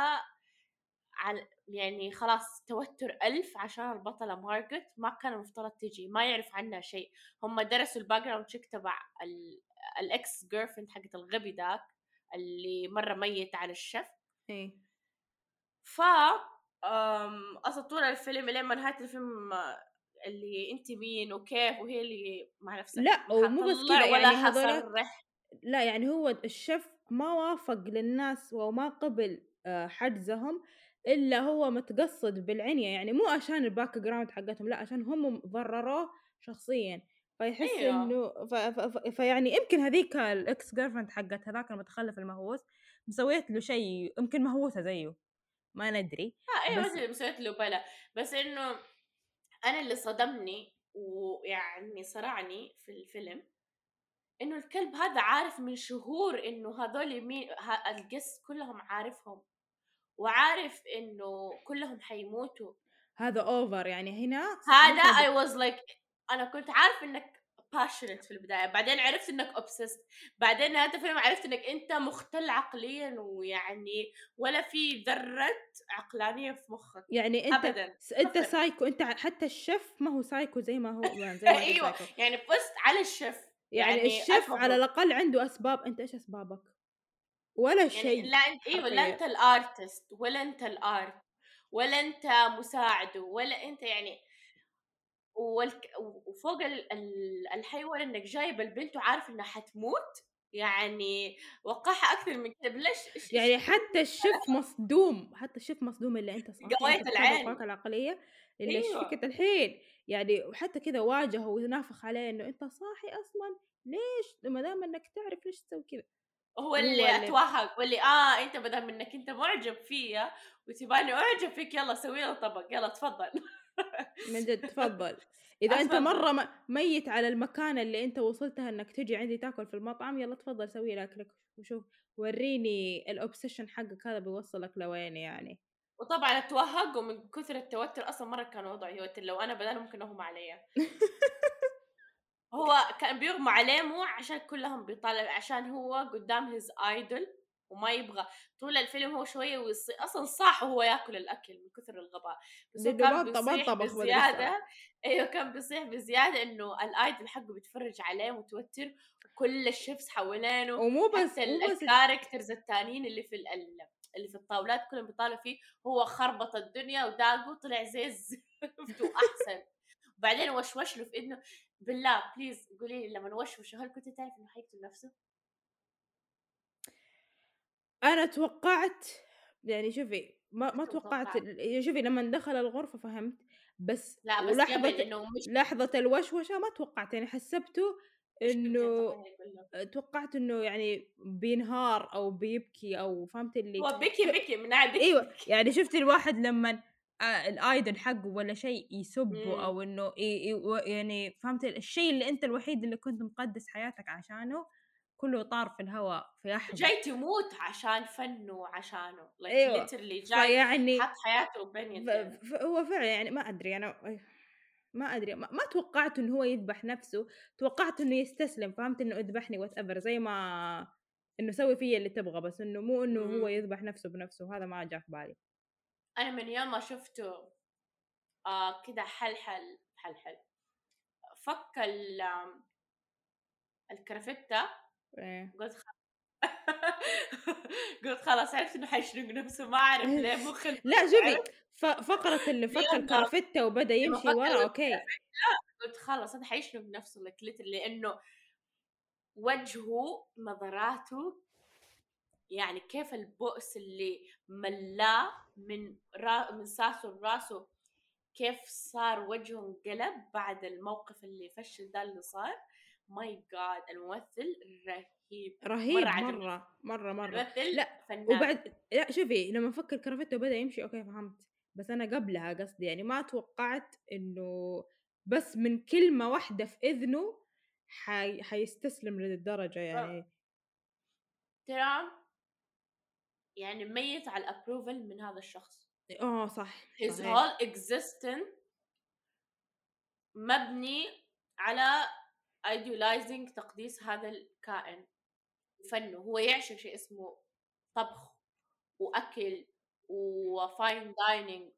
يعني خلاص توتر ألِف عشان البطلة مارجت ما كان المفترض تيجي، ما يعرف عنها شيء، هم درسوا الbackground check تبع الex girlfriend حقة الغبي داك اللي مرّة ميّت عن الchef. إيه. ف أصلًا طول الفيلم إلين ما نهاية الفيلم اللي أنتِ مين وكيف وهي اللي مع نفسها لأ، ما ومو بس حاطلّع كذا ولا يعني هذولاك حاصرّح. لأ، يعني هو الchef ما وافق للناس وما قبل حجزهم إلا هو متقصد بالعنية، يعني مو عشان الbackground حقتهم، لأ، عشان هم ضرروه شخصيًا، فيحس أيوه. إنه ف ف ف فيعني يمكن هذيك الex girlfriend حقة هذاك المتخلف المهووس مسوية له شيء يمكن مهووسة زيه، ما ندري، أيوه بس مثل اللي مسويت له بلا، بس إنه أنا اللي صدمني ويعني صرعني في الفيلم إنه الكلب هذا عارف من شهور إنه هذول مين الguests كلّهم عارفهم، وعارف إنه كلّهم حيموتوا. هذا over يعني هنا هذا مثلًا I was like أنا كنت عارفة إنك passionate في البداية، بعدين عرفت إنك obsessed، بعدين نهاية الفيلم عرفت إنك أنت مختل عقليًا، ويعني ولا في ذرة عقلانية في مخك يعني أبدًا، أنت صفر. psycho، أنت حتى الchef ما هو psycho زي ما هو يعني زي ما أنت أيوه، psycho. يعني فزت على الchef، يعني يعني الchef ألف على مبروك. الأقل عنده أسباب، أنت إيش أسبابك؟ ولا يعني شيء لا أنت أيوه، لا حرفيًا. أنت الartist ولا أنت الart ولا أنت مساعده ولا أنت يعني وفوق الحيوان إنك جايب البنت وعارف إنها حتموت، يعني وقّعها أكثر من كده ليش إيش يعني حتى الchef مصدوم، حتى الchef مصدوم اللي أنت صاحي، أنت قواية تصرفاتك العين. العقلية اللي إيش أيوه، فيك الحين؟ يعني وحتى كذا واجهه ونافخ عليه إنه أنت صاحي أصلًا، ليش ما دام إنك تعرف ليش تسوي كذا؟ هو وهو اللي اللي أتوهق واللي أنت ما دام إنك أنت معجب فيّا وتبغاني أعجب فيك يالّا سوي لنا طبق، يالّا اتفضل. من جد تفضّل. إذا أنت اتفضل. مرّة ميّت على المكانة اللي أنت وصلتها إنك تيجي عندي تاكل في المطعم، يالّا تفضّل سوي لي أكلك وشوف ورّيني الobsession حقك هذا بيوصّلك لوين يعني. وطبعًا اتوهق ومن كثر التوتر أصلًا مرة كان وضعي يوتر، لو أنا بداله ممكن أغمى عليَّ. هو كان بيغمى عليه مو عشان كلّهم عشان هو قدّام his idol وما يبغى. طول الفيلم هو شوية أصلًا صاح وهو ياكل الأكل من كثر الغباء، بس هو لإنه كان ما بيصيح انطبخ ما أدري إيش صار. بزيادة. أيوه كان بيصيح بزيادة إنه الidol حقه بيتفرج عليه متوتر، وكل الchefs حوالينه، ومو بس حتى مو بس الcharacters التانيين اللي في الطاولات كلّهم بيطالعوا فيه، هو خربط الدنيا وداقه طلع زي الزفت وأحسن. وبعدين وشوش له في إنه بالله بليز قولي لي لمّا وشوشه هل كنتِ تعرفي إنه حيقتل نفسه؟ أنا توقّعت يعني شوفي ما كنت توقّعت متوقعة. شوفي لمّا دخل الغرفة فهمت، بس لأ بس قبل ولحظة إنه مش لحظة الوشوشة ما توقّعت، يعني حسّبته إيش كنتِ إنه تتوقعي هيقول له؟ توقعت إنه يعني بينهار أو بيبكي أو فهمتِ اللي هو بكي من ناحية أيوه، بكي. يعني شُفتِ الواحد لمّن الidol حقه والّا شيء يسُبّه إمم. أو إنه يعني فهمتِ الشيء اللي أنت الوحيد اللي كنت مقدّس حياتك عشانه، كلّه طار في الهوا في لحظة. جاي تموت عشان فنه وعشانه like أيوه، literally جاي فيعني حاط حياته بين يدينه. هو فعلًا يعني ما أدري أنا ما أدري ما توقعت إنه هو يذبح نَفْسه، توقعت إنه يستسلم، فهمت إنه اذبحني whatever زي ما إنه سوي فيّا اللي تبغى، بس إنه مو إنه هو إمم. يذبح نَفْسه بنَفْسه، هذا ما جا في بالي. أنا من يوم ما شُفته كده حلحل فك الكرافتة. إيه. قُلت قُلت خلاص عرفت إنه حيشنق نفسه، ما أعرف ليه مخي لأ المخرج شوفي عرف. فقرة اللي فك لمّا الكرافتة وبدأ لمّا يمشي فك ورا أوكي. قُلت خلاص هذا حيشنق نفسه like literally لإنه وجهه، نظراته، يعني كيف البؤس اللي ملّاه من ساسه لراسه، كيف صار وجهه انقلب بعد الموقف اللي يفشل ده اللي صار. my god الممثل رهيب، مرة رهيب عجبني. مرّة، مرّة، مرّة. الممثل لأ فنان. لأ شوفي لمّا فك الكرافتة وبدأ يمشي أوكي فهمت، بس أنا قبلها قصدي يعني ما توقعت إنه بس من كلمة واحدة في إذنه حيستسلم للدرجة آه، يعني. ترى يعني ميت على الapproval من هذا الشخص. صح، his صحيح. whole existence مبني على idealizing تقديس هذا الكائن، فنه هو يعشق شيء اسمه طبخ وأكل وfine dining،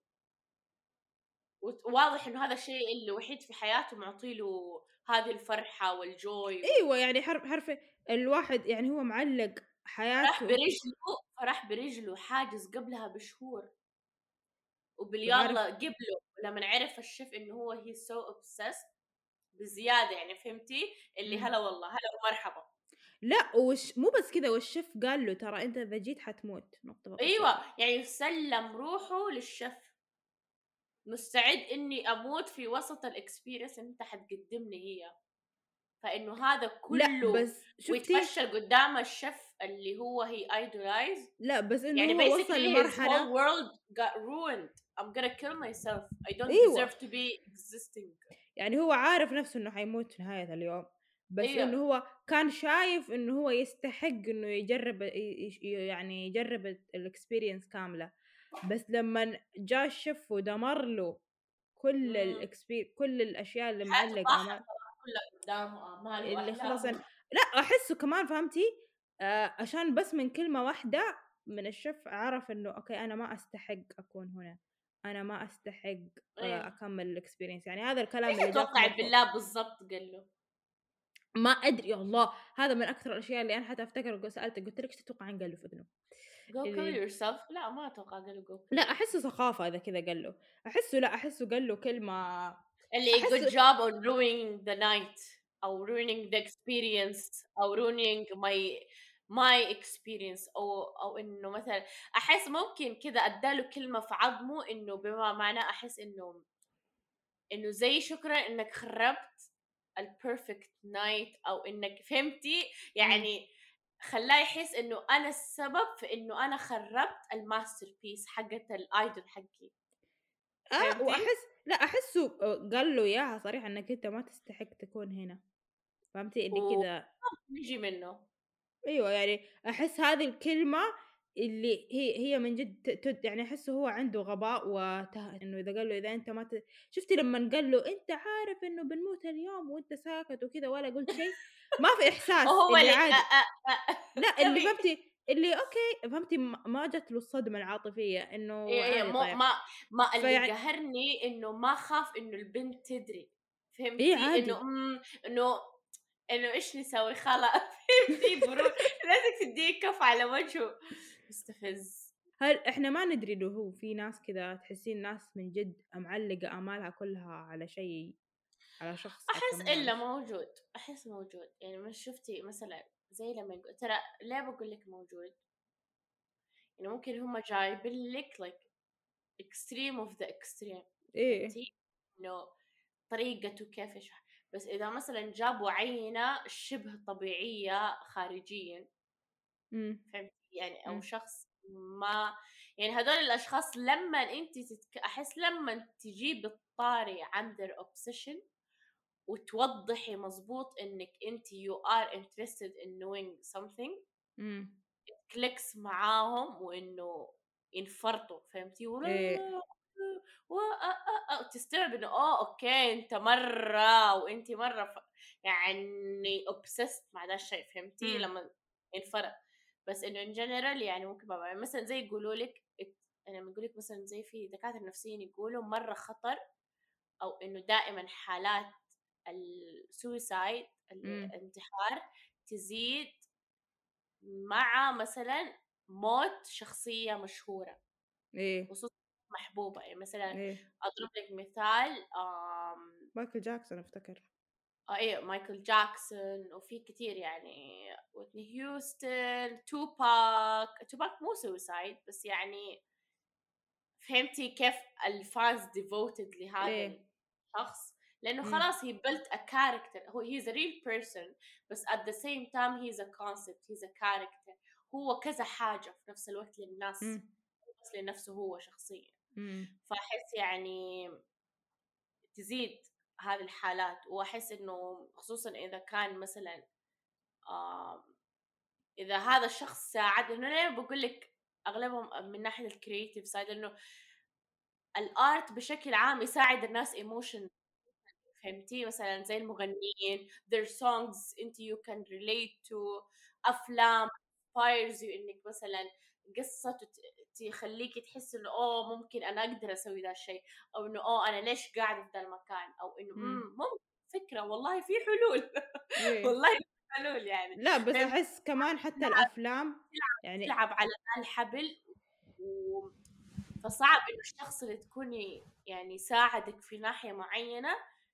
واضح إنه هذا الشيء الوحيد في حياته معطي له هذه الفرحة والjoy. أيوه يعني حرفيًا الواحد يعني هو معلّق راح حياته برجله راح برجله حاجز قبلها بشهور، وعارف. وباليالّا قبله لمن عرف الشيف إنه هو he's so obsessed بزيادة، يعني فهمتِ؟ اللي إمم. هلا والله، هلا ومرحبا. لأ مو بس كذا والchef قال له ترى أنت إذا جيت حتموت، نقطة بسيطة. أيوه، يعني سلّم روحه للشيف، مستعد إني أموت في وسط الexperience اللي أنت حتقدّم لي هي، فإنه هذا لأ كلّه بس شُفتِ ويتفشّل قدّام الشيف اللي هو he idolize. لأ بس إنه يعني هو وصل basically his لمرحلة whole world got ruined. I'm gonna kill myself. I don't أيوه، deserve to be existing. يعني هو عارف نَفْسه إنه حيموت في نهاية اليوم، بس أيوه، إنه هو كان شايف إنه هو يستحق إنه يجرّب يعني يجرّب الexperience كاملة، بس لمّن جا الchef ودمر له إمم، كل الأشياء اللي حياته معلّق طاحت آمال طبعًا كلّها قدّامه، آماله اللي خلاص وأحلامه. لأ أحسّه كمان فهمتِ، عشان بس من كلمة واحدة من الchef عرف إنه أوكي أنا ما أستحق أكون هنا، أنا ما أستحق أيوه، أكمّل الexperience يعني هذا الكلام إيش اللي جا في تتوقعي مخه. بالله بالضبط قال له؟ ما أدري والله، هذا من أكثر الأشياء اللي أنا حتى أفتكر سألته قُلت لِك إيش تتوقعين قال له في أذنه؟ go kill اللي yourself. لأ ما أتوقع قال له go لأ kill yourself. أحسّه سخافة إذا كذا قال له، أحسّه قال له كلمة اللي good أحسّه job on ruining the night أو ruining the experience أو ruining my experience أو إنه مثلًا أحس ممكن كذا أدّى له كلمة في عضمه إنه بما معناه أحس إنه زي شكرًا إنك خرّبت الperfect night أو إنك فهمتِ؟ إمم. يعني خلّاه يحس إنه أنا السبب في إنه أنا خرّبت الmasterpiece حقة الidol حقي، فهمتِ؟ لأ أحسّه قال له إياها صريحة إنّك أنت ما تستحق تكون هنا، فهمتِ؟ اللي و كذا ييجي منه. أيوه، يعني أحس هذه الكلمة اللي هي من جد يعني أحسّه هو عنده غباء إنه إذا قال له إذا أنت ما شُفتِ لمّن قال له أنت عارف إنه بنموت اليوم وأنت ساكت وكذا ولا قُلت شيء، ما في إحساس، وهو اللي اللي عادي. لأ، اللي تبي فهمتِ اللي أوكي، فهمتِ ما جات له الصدمة العاطفية إنه أيوه، أيوه، عادي طيب، ما اللي فيعني قهرني إنه ما خاف إنه البنت تدري، فهمتِ؟ إيه عادي. إنه إيش نسوي فهمتِ لازم تدّيه كف على وجهه، مستفز. هل إحنا ما ندري لو هو في ناس كذا تحسين ناس من جد معلقة آمالها كلها على شيء، على شخص حتى أحس مو على إلا موجود، أحس موجود، يعني مش شُفتِ مثلًا زي لمّا ترى ليه باقول لِك موجود؟ يعني ممكن هم جايبين لِك like extreme of the extreme، فهمتِ؟ إيه. إنه طريقته كيف يشرح، بس إذا مثلًا جابوا عينة شبه طبيعية خارجيًا، إمم. فهمتِ؟ يعني أو إمم. شخص ما يعني هدول الأشخاص لمّا أنتِ أحس لمّا تجيه بالطاري عن their obsession وتوضّحي مضبوط إنِّك أنتِ you are interested in knowing something إمم. clicks معاهم وإنه ينفرطوا، فهمتِ؟ إيه. و وتستوعب إنه أوكي أنت مرّة وأنتِ مرّة يعني obsessed مع دا الشيء، فهمتِ؟ إمم. لمّا ينفرط، بس إنه in general يعني ممكن يعني مثلًا زي يقولوا لِك لمّا يقولوا لِك مثلًا زي في دكاترة نفسيين يقولوا مرّة خطر أو إنه دائمًا حالات الsuicide إمم. الانتحار تزيد مع مثلًا موت شخصية مشهورة، إيه. خصوصًا محبوبة، يعني مثلًا إيه. أضرب لِك مثال مايكل جاكسون أفتكر. أيوه مايكل جاكسون وفي كتير يعني ويتني هيوستن، توباك مو suicide بس يعني فهمتِ كيف الfans devoted لهذا إيه. الشخص، لإنه إمم. خلاص he built a character he's a real person بس at the same time he's a concept he's a character هو كذا حاجة في نفس الوقت للناس، إمم. مو بس لنفسه هو شخصيًا، إمم. فأحس يعني تزيد هذه الحالات، وأحس إنه خصوصًا إذا كان مثلًا آمم، إذا هذا الشخص ساعد إنه أنا باقول لِك أغلبهم من ناحية الcreative side لإنه الart بشكل عام يساعد الناس emotion فهمتِ؟ مثلًا زي المغنيين their songs أنتِ you can relate to أفلام inspires you إنِّك مثلًا قصة تخلّيكِ تحسّي إنه ممكن أنا أقدر أسوي ذا الشيء، أو إنه أنا ليش قاعدة في ذا المكان، أو إنه إمم. ممكن فكرة والله في حلول إيه. والله في حلول يعني، لأ، بس فهمتِ؟ أحس كمان حتى تلعب الأفلام يعني تلعب على ذا الحبل و فصعب إنه الشخص اللي تكوني يعني ساعدِك في ناحية معيّنة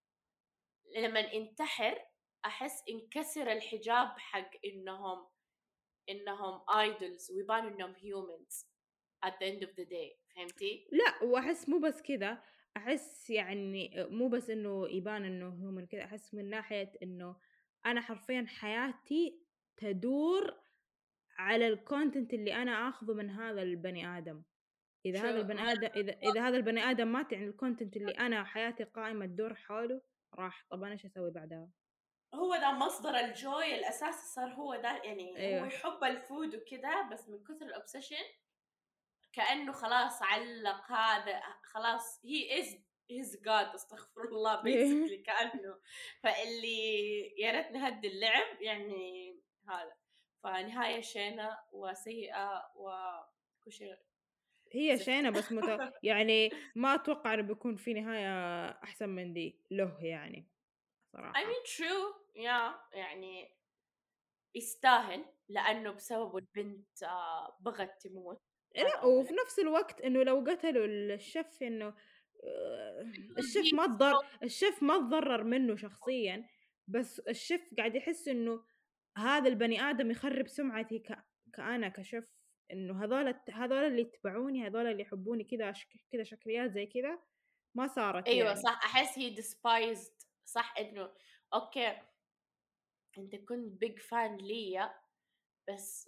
لمّا انتحر أحس انكسر الحجاب حق إنهم idols ويبانوا إنهم humans at the end of the day فهمتِ؟ لأ، وأحس مو بس كذا، أحس يعني مو بس إنه يبان إنه هو من كذا، أحس من ناحية إنه أنا حرفيًا حياتي تدور على الcontent اللي أنا آخذه من هذا البني آدم، إذا شو هذا البني ما آدم إذا هذا البني آدم مات يعني الcontent اللي أنا حياتي قائمة تدور حوله راح، طَب أنا إيش أسوي بعدها؟ هو ده مصدر الجوي الأساسي، صار هو ده، يعني هو أيوه يحب الفود وكده، بس من كثر الأوبسيشن كأنه خلاص علق هذا، خلاص he is his god، استغفر الله basically كأنه. فاللي يا ريت نهدي اللعب يعني هذا. فنهاية شينة وسيئة وكل شيء هي زفت. شينة بس يعني ما أتوقع إنه بيكون في نهاية أحسن من دي له يعني I صراحة. mean true yeah، يعني يستاهل لأنه بسببه البنت بغت تموت. هذا لأ، وفي أولا. نفس الوقت إنه لو قتلوا الchef إنه الchef ما الchef ما اتضرر منه شخصيًا، بس الchef قاعد يحس إنه هذا البني آدم يخرب سمعتي كأنا كchef، إنه هذول اللي يتبعوني، هذول اللي يحبوني كذا كذا شكليات زي كذا ما صارت أيوة يعني. صح، أحس هي despised. صح إنه أوكي أنت كنت big fan ليا، بس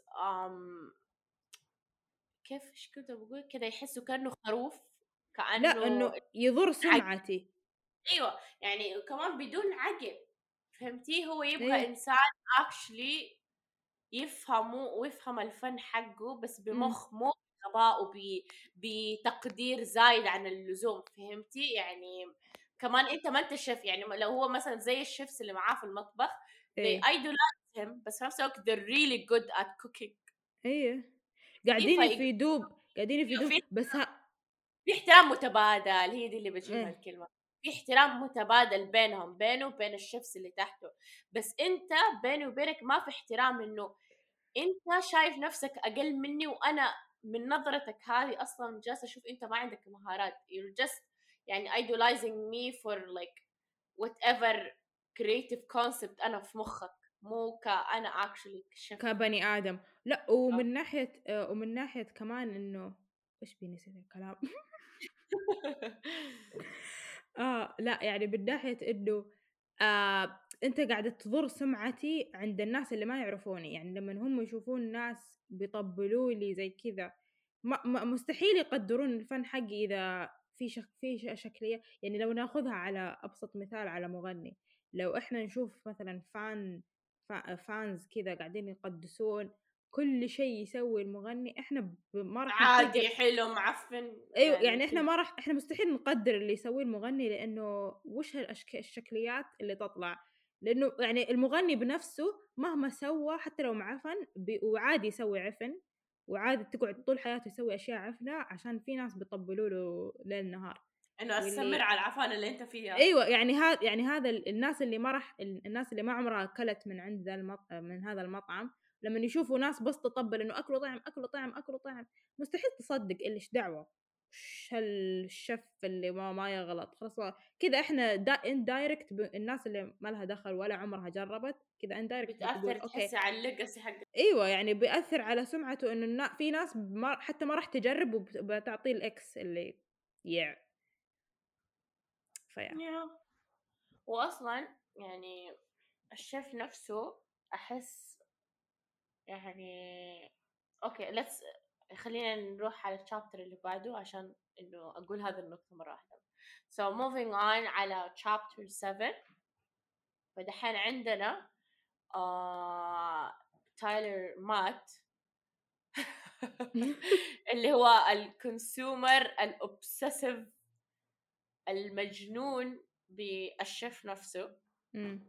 كيف إيش كنت بقول كده، يحسوا كأنه خروف، لأ، كأنه إنه يضر عقل. سمعتي. أيوة يعني كمان بدون عقل، فهمتي؟ هو يبغى أيوه. إنسان actually يفهمه ويفهم الفن حقه، بس إمم. بمخ، مو بغباء بتقدير زايد عن اللزوم، فهمتي؟ يعني كمان انت ما انت شيف، يعني لو هو مثلا زي الشيفs اللي معاه في المطبخ they إيه. idolize him، بس في نفس الوقت they're really good at cooking. أيوه. في قاعدين يفيدوه في بس في احترام متبادل، هي دي اللي بجيبها إيه. الكلمة. في احترام متبادل بينهم، بينه وبين الشيفs اللي تحته. بس انت بيني وبينك ما في احترام، انه انت شايف نفسك اقل مني، وانا من نظرتك هذه اصلا جالسه اشوف انت ما عندك مهارات. you're just يعني idolizing me for like whatever creative concept انا في مخك، مو كأنا actually شيف. كبني آدم. لأ، ومن ناحية كمان إنه إيش بي نسيت الكلام. لأ، يعني من ناحية إنه أنت قاعدة تضر سمعتي عند الناس اللي ما يعرفوني، يعني لمّن هم يشوفون ناس بيطبلوا لي زي كذا مستحيل يقدّرون الفن حقي إذا في شكلية، يعني لو ناخذها على أبسط مثال على مغني، لو إحنا نشوف مثلًا fans كذا قاعدين يقدّسون كل شيء يسوي المغني، إحنا ما راح نقدّر. عادي حلو معفن أيوه، يعني يعني كده. إحنا مستحيل نقدّر اللي يسويه المغني، لإنه وش الشكليات اللي تطلع، لإنه يعني المغني بنفسه مهما سوى حتى لو معاه فن وعادي يسوي عفن، وعادي تقعد طول حياته يسوي أشياء عفنة عشان في ناس بيطبلوا له ليل نهار، انه استمر واللي على العفانه اللي انت فيها. أيوه، يعني هذا الناس اللي ما راح الناس اللي ما عمرها أكلت من عند من هذا المطعم، لمّن يشوفوا ناس بس تطبّل إنه أكلوا طعم، أكلوا طعم، أكلوا طعم، مستحيل تصدّق إيش دعوة، وش هالشيف اللي ما يغلط، خلاص كذا إحنا indirect الناس اللي ما لها دخل ولا عمرها جرّبت، كذا indirect بتقول بتأثر أوكي. تحسي على الليجاسي حق. أيوه، يعني بيأثّر على سمعته إنه في ناس حتى ما راح تجرّب بتعطيه الإكس اللي ياه! فيا yeah. واصلا يعني الشيف نفسه احس يعني اوكي let's خلينا نروح على الشابتر اللي بعده عشان انه اقول هذه النقطة مرة واحدة. so moving on على chapter 7. فدحين عندنا تايلر مات اللي هو الكونسيومر الأوبسيسيف المجنون بالشيف نفسه. إمم.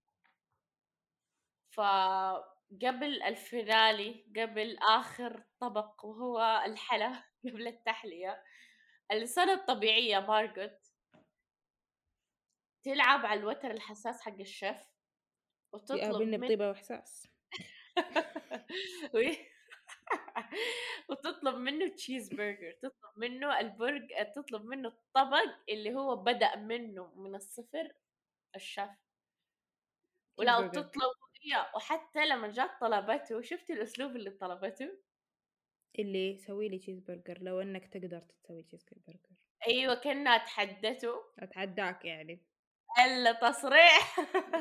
فقبل الفينالي، قبل آخر طبق وهو الحلا قبل التحلية، الإنسانة الطبيعية مارغوت تلعب على الوتر الحساس حق الشيف وتطلب يقابلني منه بطيبة وإحساس. وتطلب منه تشيز برجر، تطلب منه تطلب منه الطبق اللي هو بدأ منه من الصفر الشيف. ولا cheeseburger. وتطلب وحتى لما جات طلبته، شفتي الأسلوب اللي طلبته؟ اللي سوي لي cheeseburger لو إنك تقدر تسوي cheeseburger. أيوة كأنها تحدته. أتحداك يعني. التصريح.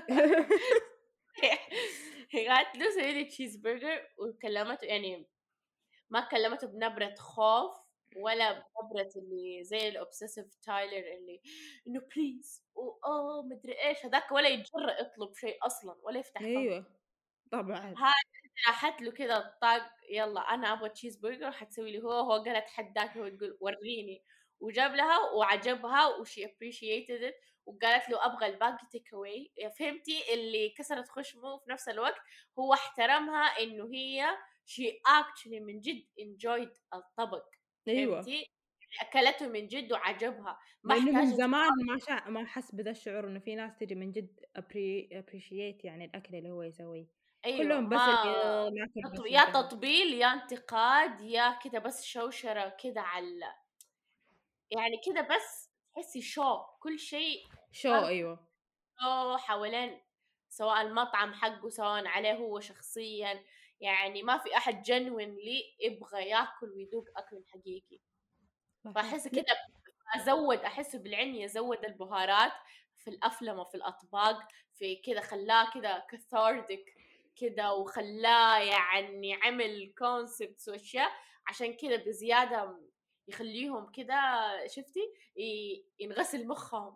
هي قالت له سوي لي تشيز برجر، وكلمته يعني ما كلمته بنبرة خوف، ولا نبرة اللي زي الأوبسيسيف تايلر اللي إنه بليز مدري إيش هذاك، ولا يتجرأ يطلب شيء أصلا ولا يفتح فمه. أيوه طبعًا. هاي راحت له كده الطاق، يلا أنا أبغى تشيز برجر حتسوي لي، هو قال أتحداك، هو تقول وريني، وجاب لها وعجبها وشي appreciated it، وقالت له أبغى الباقي تيك أواي. فهمتي اللي كسرت خشمه في نفس الوقت، هو احترمها إنه هي she actually من جد enjoyed الطبق. أيوه. فهمتي؟ أكلته من جد وعجبها، ما لإنه من احتاجت زمان ما حس بذا الشعور إنه في ناس تيجي من جد appreciate يعني الأكل اللي هو يسويه، أيوه كلّهم بس اللي ما ناكل بس يا انتهى. تطبيل يا انتقاد يا كده بس شوشرة كده على، يعني كده بس تحسي كل شيء show صار أيوه. حوالين، سواء المطعم حقه سواء عليه هو شخصيا، يعني ما في أحد genuinely يبغى ياكل ويذوق أكل حقيقي. صحيح. فأحس كده أحس بالعنية زود البهارات في الأفلام وفي الأطباق، في كده خلاه كده cathartic كده، وخلاه يعني عمل concepts وأشياء عشان كده بزيادة يخليهم كده، شفتي ينغسل مخهم.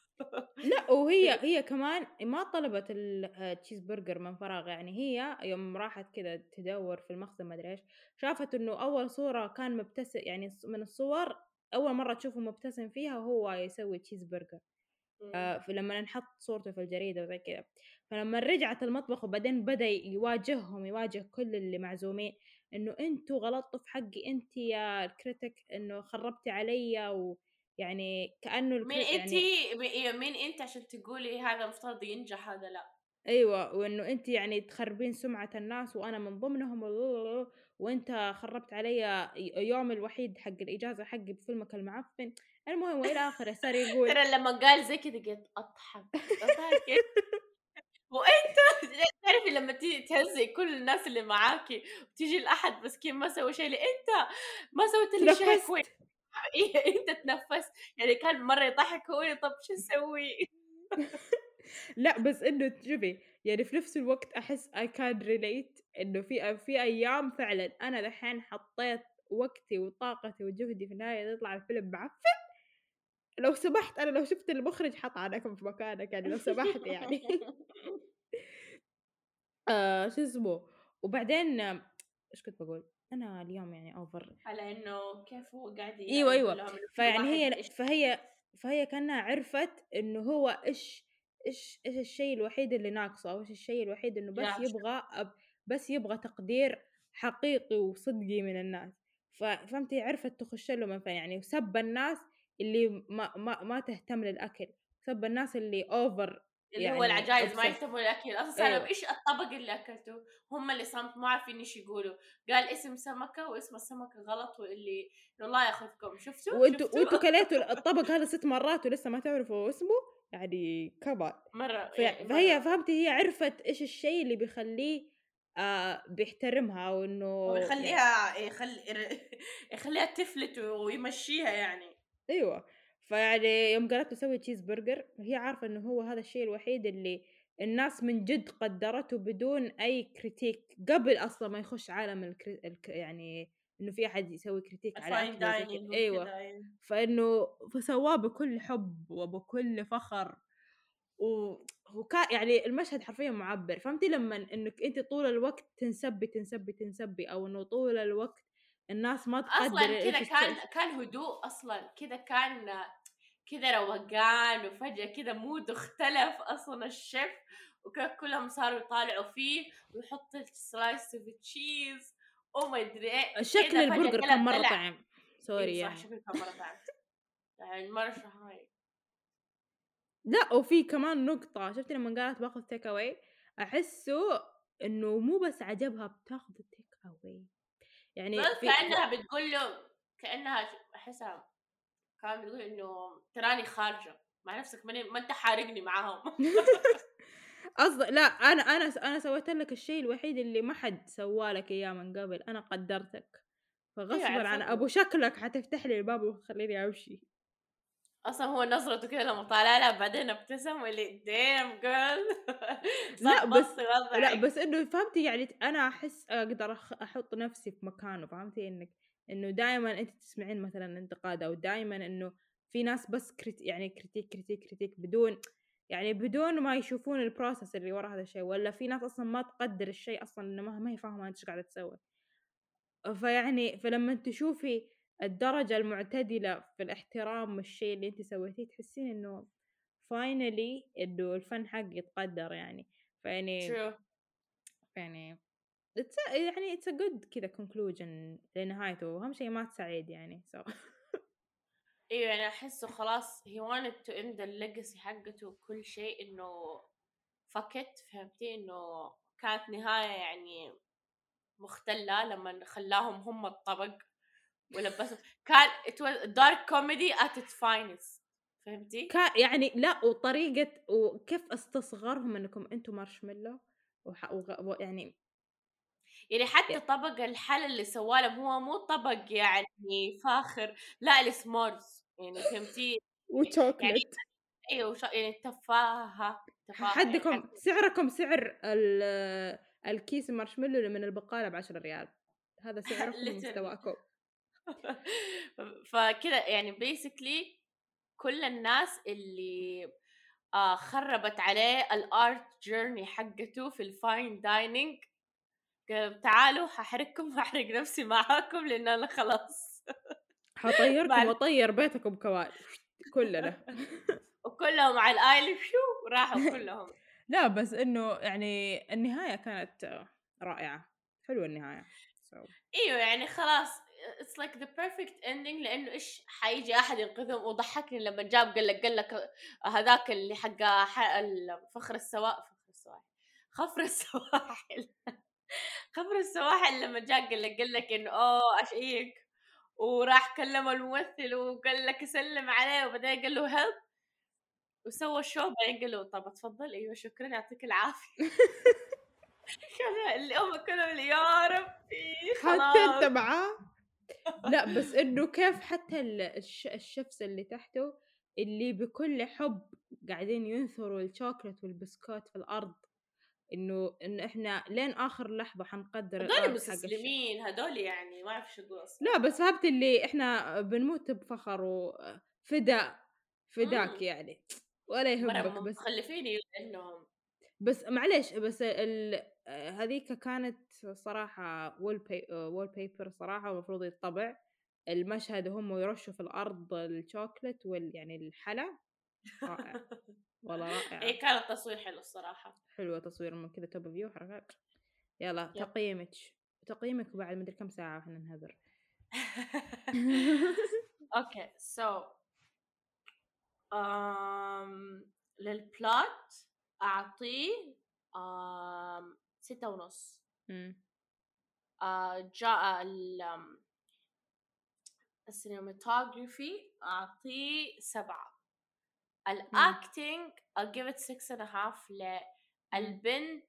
لأ، وهي كمان ما طلبت الcheese burger من فراغ، يعني هي يوم راحت كده تدوّر في المخزن ما أدري إيش، شافت إنه أول صورة كان يعني من الصور أول مرّة تشوفه مبتسم فيها وهو يسوي cheese burger. إمم. فلمّا نحط صورته في الجريدة وزي كده، فلمّا رجعت المطبخ وبعدين بدأ يواجههم، يواجه كل اللي معزومين، إنه أنتم غلطتوا في حقي أنتِ يا الcritic إنه خرّبتِ عليَّ، ويعني كأنه مين أنتِ يعني مين أنتِ عشان تقولي هذا المفترض ينجح هذا لأ؟ أيوه، وإنه أنتِ يعني تخربين سمعة الناس وأنا من ضمنهم وأنت خرّبت عليَّ يومي الوحيد حق الإجازة حقي بفيلمك المعفن، المهم وإلى آخره، صار يقول ترى لمّا قال زي كده قعدت أضحك. وأنت تعرفي لمّا تيجي تهزئي كل الناس اللي معاكِ، وتيجي لأحد مسكين ما سوى شي أنت ما سويت لي شاي كويس. تنفّست. أنت اتنفست، يعني كان مرة يضحك هو طب شو نسوي؟ لأ، بس إنه شوفي، يعني في نفس الوقت أحس I can relate إنه في أيام فعلًا أنا دحين حطيت وقتي وطاقتي وجهدي في النهاية يطلع الفيلم معفن، لو سمحت أنا لو شُفت المخرج حاطعنك في مكانك يعني لو سمحت يعني. شو اسمه، وبعدين إيش كنت باقول؟ أنا اليوم يعني over. على إنه كيف هو قاعد أيوه، يقول أيوه. لهم إنه كل فيعني واحد هي إيش فهي كأنها عرفت إنه هو إيش الشيء الوحيد اللي ناقصه، أو إيش الشيء الوحيد إنه جاشه. بس يبغى تقدير حقيقي وصدقي من الناس. فهمتِ، عرفت تخش له من فين يعني، وسَب الناس اللي ما تهتم للأكل، سَب الناس اللي over اللي هو يعني العجايز ما obsessed. يهتموا للأكل، أصلًا سألهم أيوه. إيش الطبق اللي أكلته؟ هم اللي صمت ما عارفين إيش يقولوا، قال اسم سمكة واسم السمكة غلط واللي الله ياخذكم، وأنتم شفتوا؟ كليتوا الطبق هذا 6 مرات ولسه ما تعرفوا اسمه، يعني come on. مرة يعني فهي مرة. فهمتِ، هي عرفت إيش الشيء اللي بيخلّيه بيحترمها، هو وإنه يخلّيها يخلّيها تفلت ويمشّيها يعني. أيوه. فيعني يوم قالت له سوي cheese burger هي عارفة إنه هو هذا الشيء الوحيد اللي الناس من جد قدّرته بدون أي critique قبل أصلًا ما يخش عالم يعني إنه في أحد يسوي critique على الfine أكله وزي كده، dining أيوه. وكده أيوه. فسواه بكل حُب وبكل فخر. و يعني المشهد حرفيًا مُعبّر، فهمتِ لمّا إنِّك أنتِ طول الوقت تنسبّي، تنسبّي، تنسبّي، أو إنه طول الوقت الناس ما تقدّر أصلًا كده أنتِ كان هدوء أصلًا، كده كان كده روقان، وفجأة كده موده اختلف أصلًا الchef، كلّهم صاروا يطالعوا فيه ويحط slice of cheese وما أدري إيه، شكل كده فجأة البرجر كان قلب مرّة دلع. طعم، أيوه sorry صح يعني. شكله كان مرة طعم، يعني مرة شهاي. لأ، وفي كمان نقطة، شُفتِ لمّا قالت باخذ take away أحسّه إنه مو بس عجبها بتاخذ take away، يعني بس كأنها بتقول له، كأنها أحسها كانت بتقول إنه تراني خارجة مع نفسك، ما أنت حارقني معاهم. لأ، أنا سويت لك الشيء الوحيد اللي ما حد سواه لك إياه من قبل، أنا قدّرتك، أيوه فغصبًا عن أبو عرفته. شكلك حتفتح لي الباب وتخلّيني أمشي. أصلًا هو نظرته كده لمّا طالع لها بعدين ابتسم واللي damn girl لأ بس ضبّطتِ لأ وضعِك. بس إنه فهمتِ يعني أنا أحس أقدر أحُط نفسي في مكانه، فهمتِ؟ إنِّك إنه دائما أنت تسمعين مثلا انتقاد، أو دائما إنه في ناس بس يعني كريتيك بدون ما يشوفون البروسس اللي ورا هذا الشيء، ولا في ناس أصلا ما تقدر الشيء أصلا، إنه ما هي فاهمة أنت إيش قاعدة تسوي. فلما تشوفي الدرجة المعتدلة في الاحترام والشيء اللي أنتِ سويتيه، تحسين إنه finally إنه الفن حقي يتقدّر يعني. فيعني true. فيعني it's a good كذا conclusion لنهايته، وأهم شيء مات سعيد يعني ايوه يعني احسه خلاص he wanted to end the legacy حقته وكل شيء، انه فكت فهمتي انه كانت نهاية يعني مختلة لما خلاهم هم الطبق ولبسوا. كان it was dark comedy at its finest فهمتي. يعني لأ، وكيف استصغرهم إنكم أنتم مارشميلو يعني يعني حتى طبق الحلا اللي سواه لهم هو مو طبق يعني فاخر، لا السمورز يعني فهمتي. يعني وchocolate. ايوه يعني تفاهة يعني حدكم حتى سعركم سعر الكيس المارشميلو اللي من البقالة ب10 ريال، هذا سعركم literally. ومستواكم. فكده يعني basically كل الناس اللي خربت عليه الارت جيرني حقته في الفاين دايننج، تعالوا هحرقكم وهحرق نفسي معاكم لان انا خلاص حطيركم مع وأطير بيتكم كمان كلنا. وكلهم على الايل شو راحوا كلهم. لا بس إنه يعني النهاية كانت رائعة، حلوة النهاية. ايوه يعني خلاص it's like the perfect ending، لانه ايش حيجي احد ينقذهم. وضحكني لما جاب قال لك هذاك اللي حق فخر السواحل خفر السواحل خفر السواحل لما جاء قال لك انه اوه اشيك، وراح كلم الممثل وقال لك يسلم عليه، وبعدين قال له هيلب وسوى الشو، بعدين قال له طب اتفضل ايوه شكرا يعطيك العافيه كان اللي هم كانوا اللي يا ربي حتى أنت خلاص. معاه. لأ بس إنه كيف حتى الشيفs اللي تحته اللي بكل حب قاعدين ينثروا الشوكولاتة والبسكوت في الأرض، إنه إحنا لين آخر لحظة حنقدّر هدول الart حق مستسلمين، هدول يعني ما اعرف شو اقول لأ الصراحه. بس فهمتِ اللي إحنا بنموت بفخر فداك امم يعني ولا مره يهمك. متخلفين لانهم بس معليش، بس هذيك كانت صراحة wallpaper صراحة المفروض يتطبع، المشهد وهم يرشوا في الأرض الشوكولات يعني الحلا، رائع، والله هي رائعة. كانت تصوير حلو الصراحه. حلوة تصوير من كذا top view حركات. يلا يب تقييمك بعد مدري كم ساعة وإحنا نهذر. اوكي سو للبلot اعطيه 6.5. إمم، جاء السينماتوجرافي اعطيه 7. إمم، الاكتينج I'll give it 6.5. إمم. للبنت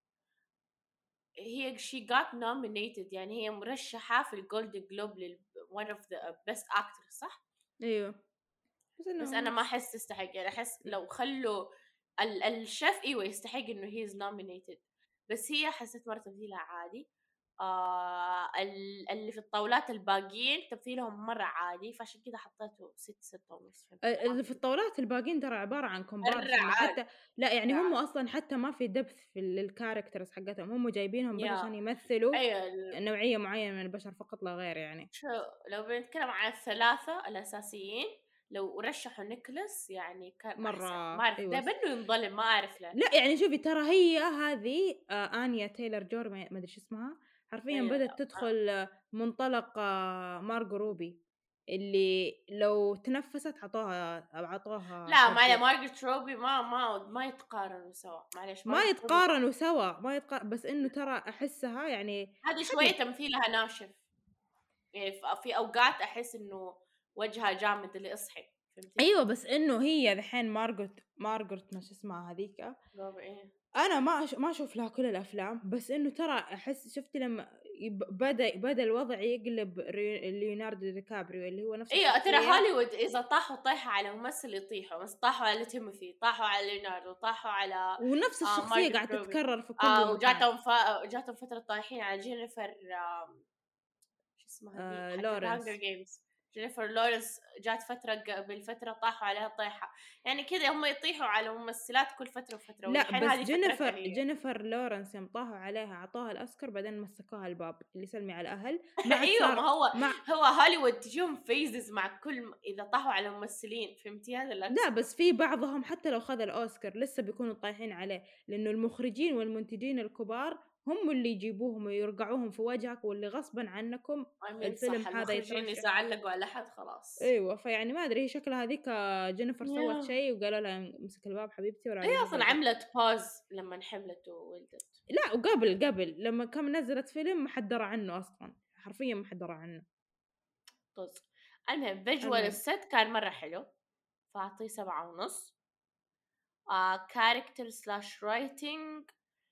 هي she got nominated، يعني هي مرشحة في الجولدن جلوب one of the best actress صح؟ أيوه، بس بس إنه أنا ما أحس تستحق، يعني أحس لو خلوا الشيف أيوة يستحق إنه he is nominated، بس هي حسيت مرة تمثيلها عادي. اللي في الطاولات الباقيين تمثيلهم مرة عادي، فعشان كذا حطيته 6.5. فهمتي اللي في الطاولات الباقيين ترى عبارة عن مرة comparison، عادي حتى لأ يعني مرة هم عادي. أصلًا حتى ما في depth في الcharacters حقتهم، هم جايبينهم بس يا عشان يمثلوا أيوة نوعية معينة من البشر فقط لا غير يعني. شو لو بنتكلم عن الثلاثة الأساسيين، لو رشحوا نيكولاس يعني كان أحسن، مرة ما أعرف أيوه دايما إنه ينظلم ما أعرف ليه. لأ يعني شوفي ترى هي هذه آنيا تايلر جوي ما أدري شو اسمها، حرفيًا أيوة بدأت لا تدخل منطلق مارجو روبي، اللي لو تنفست عطوها لا ما عليه ترشيح. مارغريت روبي ما يتقارنوا سوا، معلش ما مارغريت روبي يتقارنوا سوا، ما بس إنه ترى أحسها يعني هذه شوية حلو. تمثيلها ناشف، يعني في أوقات أحس إنه وجهها جامد اللي اصحي فهمتي. أيوه بس إنه هي دحين مارغوت ما شو اسمها هاذيك، روبي إيه أنا ما أشوف لها كل الأفلام، بس إنه ترى أحس شُفتِ لمّا بدأ الوضع يقلب ليوناردو دي كابريو اللي هو نفس ايوه ترى الشخصية. هوليوود اذا طاحوا طيحة على ممثل يطيحوا، بس طاحوا على تيموثي، طاحوا على ليوناردو، طاحوا على ونفس الشخصية مارغريت قاعدة روبي. تتكرر في كل مكان. جاتهم فترة طايحين على جينيفر شو اسمها دي حقت هانجر لورنس. جيمز. جينيفر لورنس جات فترة قبل فترة طاحوا عليها طيحة، يعني كذا هم يطيحوا على ممثلات كل فترة وفترة، لأ، والحين بس هذه فترتها هي. جينيفر لورنس يوم طاحوا عليها عطوها الأوسكار بعدين مسكوها الباب اللي سلمي على الأهل، ما عاد ايوه، ما صار هو ما هو هوليوود تجيهم فيزز مع اذا طاحوا على ممثلين، فهمتي هذا اللي لأ، اقصده. بس في بعضهم حتى لو خذ الأوسكار لسه بيكونوا طايحين عليه، لإنه المخرجين والمنتجين الكبار هم اللي يجيبوهم ويرقعوهم في وجهك، واللي غصبًا عنكم I mean الفيلم صح، هذا المخرجين يترشح. إذا علقوا على حد خلاص. أيوه، فيعني ما أدري هي شكلها هاذيك جينيفر سوت ياه. شي وقالوا لها امسكي الباب حبيبتي هي وراجعيها أصلا بيتك. عملت باز لما حملت وولدت. لأ، وقبل لمّا كم نزّلت فيلم ما حد درى عنه أصلًا، حرفيًا ما حد درى عنه. طز. المهم فيجوال المهم الست كان مرة حلو، فأعطيه 7.5. character slash writing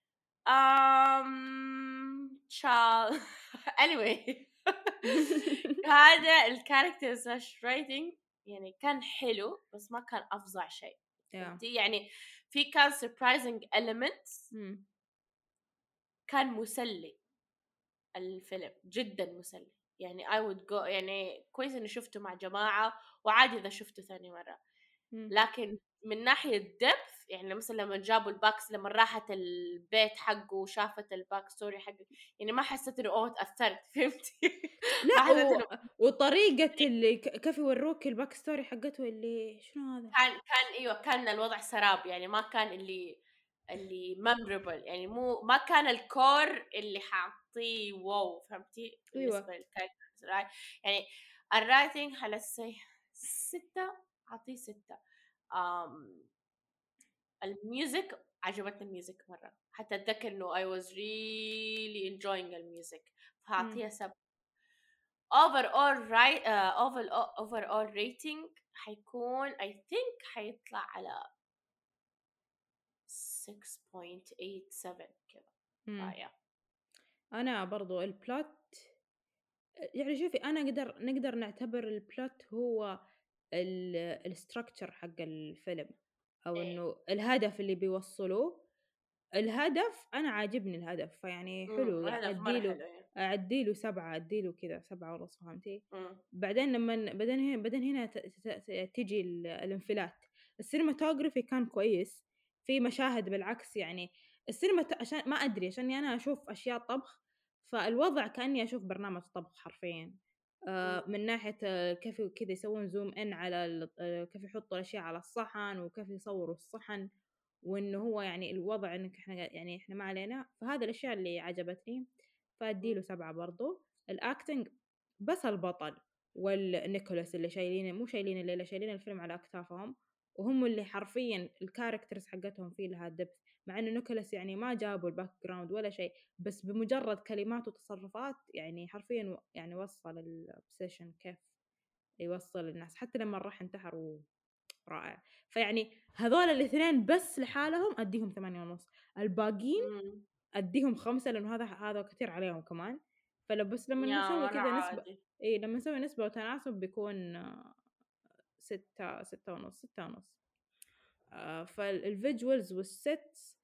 تشا anyway. هذا الكاركتر slash writing يعني كان حلو بس ما كان أفظع شيء، yeah. فهمتي يعني. في كان surprising elements، إمم. كان مسلي الفيلم جدا مسلي، يعني I would go، يعني كويس إني شفته مع جماعة، وعادي إذا شفته ثاني مرة. إمم. لكن من ناحية depth، يعني مثلا لما جابوا الباكس، لما راحت البيت حقه وشافت الباك ستوري حقه، يعني ما حسيت إنه أوه تأثرت، فهمتي؟ ما لأ، حسيت إنه وطريقة اللي كيف يوروك الback story حقته اللي شنو هذا؟ كان أيوه، كان الوضع سراب، يعني ما كان اللي memorable، يعني مو ما كان الكور اللي حاعطيه واو، فهمتي؟ أيوه. بالنسبة للكاركترز يعني الرايتنج على 6، أعطيه 6. الميوزك عجبتني الميوزك مرة، حتى أتذكر إنه I was really enjoying الميوزك، إمم. فهعطيها 7. overall rating حيكون I think حيطلع على 6.87 كذا. إمم. فيا أنا برضه الplot يعني شوفي أنا نقدر نعتبر الplot هو الstructure حق الفيلم، أو إيه. إنه الهدف اللي بيوصّلوه. الهدف أنا عاجبني الهدف، فيعني حلو هدف مرة حلو يعني. أدّي له 7، أدّي له كذا 7.5 فهمتِ؟ امم بعدين لمّن بعدين هنا تيجي الانفلات. الcinematography كان كويس، في مشاهد بالعكس يعني عشان ما أدري عشاني أنا أشوف أشياء طبخ، فالوضع كأني أشوف برنامج طبخ حرفيًا. امم من ناحية كيف كذا يسوون zoom in على كيف يحطوا الأشياء على الصحن، وكيف يصوروا الصحن، وإنه هو يعني الوضع إنك يعني إحنا ما علينا، فهذا الأشياء اللي عجبتني، فأدّي له 7 برضه. الacting بس البطل والنيكولاس اللي مو شايلين الليلة، شايلين الفيلم على أكتافهم، وهم اللي حرفيًا الcharacters حقتهم في لها depth، مع إنه نيكولاس يعني ما جابوا الbackground ولا شيء، بس بمجرد كلمات وتصرفات يعني حرفيًا يعني وصّل الobsession كيف يوصّل الناس، حتى لمّا راح انتحر رائع. فيعني هذول الاثنين بس لحالهم أدّيهم 8.5، الباقيين امم أدّيهم 5 لإنه هذا كتير عليهم كمان. بس لمّا يا نسوي مرة كذا نسبة، عادي. لمّا نسوي نسبة وتناسب بيكون 6، 6.5، 6.5. فالvisuals والsets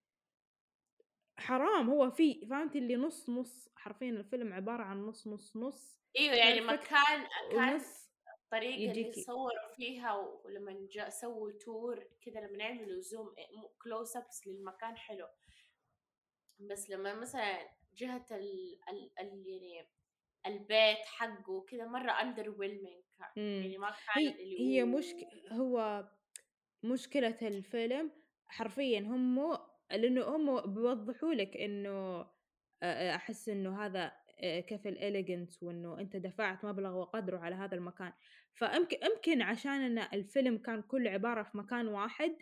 حرام، هو فهمتِ اللي نُص، نُص، حرفيًا الفيلم عبارة عن نُص، نُص، نُص ايوه، يعني perfect مكان ونُص الطريقة اللي يجيكِ. صوروا فيها، ولما سووا تور كذا، لما يعملوا زوم كلوز ابس للمكان حلو، بس لما مثلا جهة يعني البيت حقه كذا مرة underwhelming كان، إمم. يعني ما كان اللي هي هو مشكلة الفيلم حرفيًا لإنه هم بيوضحوا لك إنه أحس إنه هذا كيف الelegance وإنه أنت دفعت مبلغ وقدره على هذا المكان، يمكن عشان إن الفيلم كان كلّه عبارة في مكان واحد.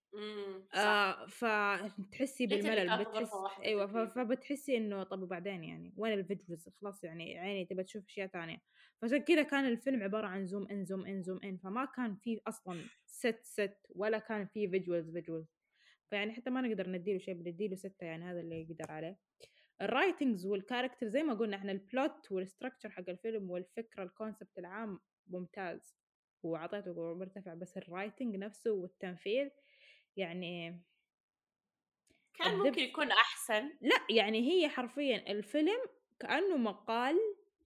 صح. فتحسّي literally بالملل، كانت غرفة واحدة أيوه، تقريبا. فبتحسّي إنه طَب وبعدين يعني وين الvisuals خلاص يعني عيني تبى تشوف أشياء تانية، فعشان كذا كان الفيلم عبارة عن zoom in، zoom in، zoom in، فما كان في أصلًا set ولا كان في visuals. فيعني حتى ما نقدر ندّي له شيء، بندّي له 6 يعني هذا اللي يقدر عليه. الwritings والcharacters زي ما قُلنا إحنا الplot والstructure حق الفيلم والفكرة الconcept العام ممتاز، وعطيته مرتفع، بس الwriting نفسه والتمثيل يعني كان ممكن الdepth. يكون أحسن. لأ، يعني هي حرفيًا الفيلم كأنه مقال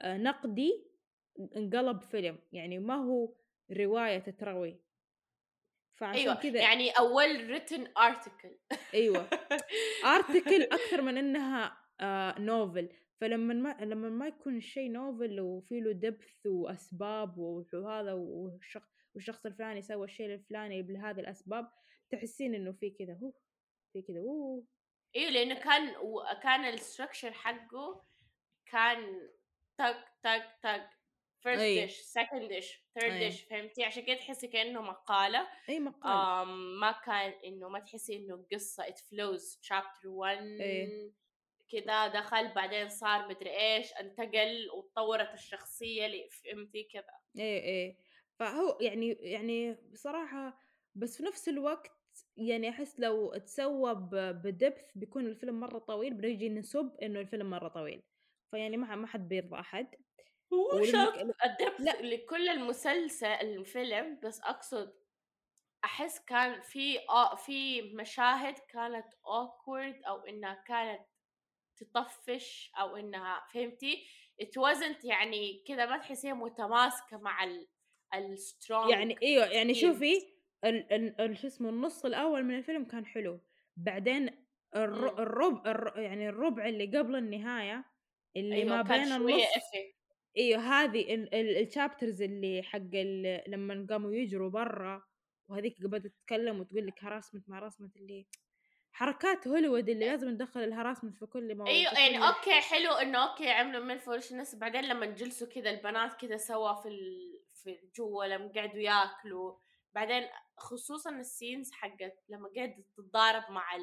نقدي انقلب فيلم، يعني ما هو رواية تتروي، فعشان أيوه، كذا يعني a well written article. أيوه article أكثر من إنها novel. لمّا ما يكون الشيء novel وفي له depth وأسباب وهذا والشخص الفلاني سوى الشيء الفلاني لهذه الأسباب، تحسين إنه في كذا في كذا أيوه، لإنه كان الstructure حقه كان تك، تك، تك، first أي، dish second dish third أي، dish، فهمتِ؟ عشان كده تحسّي كإنه مقالة. أي مقال، ما كان إنه ما تحسّي إنه قصة it flows chapter 1 إيه، كده دخل بعدين صار مدري إيش، انتقل واتطوّرت الشخصية فهمتِ كده. إيه، فهو يعني بصراحة بس في نفس الوقت يعني أحس لو اتسوى بدبث بيكون الفيلم مرة طويل، بنيجي نسب إنه الفيلم مرة طويل، فيعني ما حد بيرضى أحد. هو ولإنك شرط الdepth لأ لكل الفيلم، بس أقصد أحس كان في مشاهد كانت awkward أو إنها كانت تطفش أو إنها فهمتِ؟ it wasn't يعني كده ما تحسيها متماسكة مع الstrong يعني أيوه، يعني شوفي scenes. شو اسمه النُص الأول من الفيلم كان حلو، بعدين إمم، يعني الربع اللي قبل النهاية اللي أيوه ما كان بين شوية النُص إفي. أيوه هذه الchapters اللي حق لمّن قاموا يجروا برّا وهذيك بدأت تتكلم وتقول لِك harassment ما harassment اللي حركات هوليوود اللي لازم ندخّل الharassment أيوه في يعني كل أوكي حلو إنه أوكي عملوا من فولشنس، بعدين لمّا جلسوا كده البنات كده سوا في جوا لمّا قعدوا ياكلوا، بعدين خصوصًا الscenes حقت لمّا قعدت تتضارب مع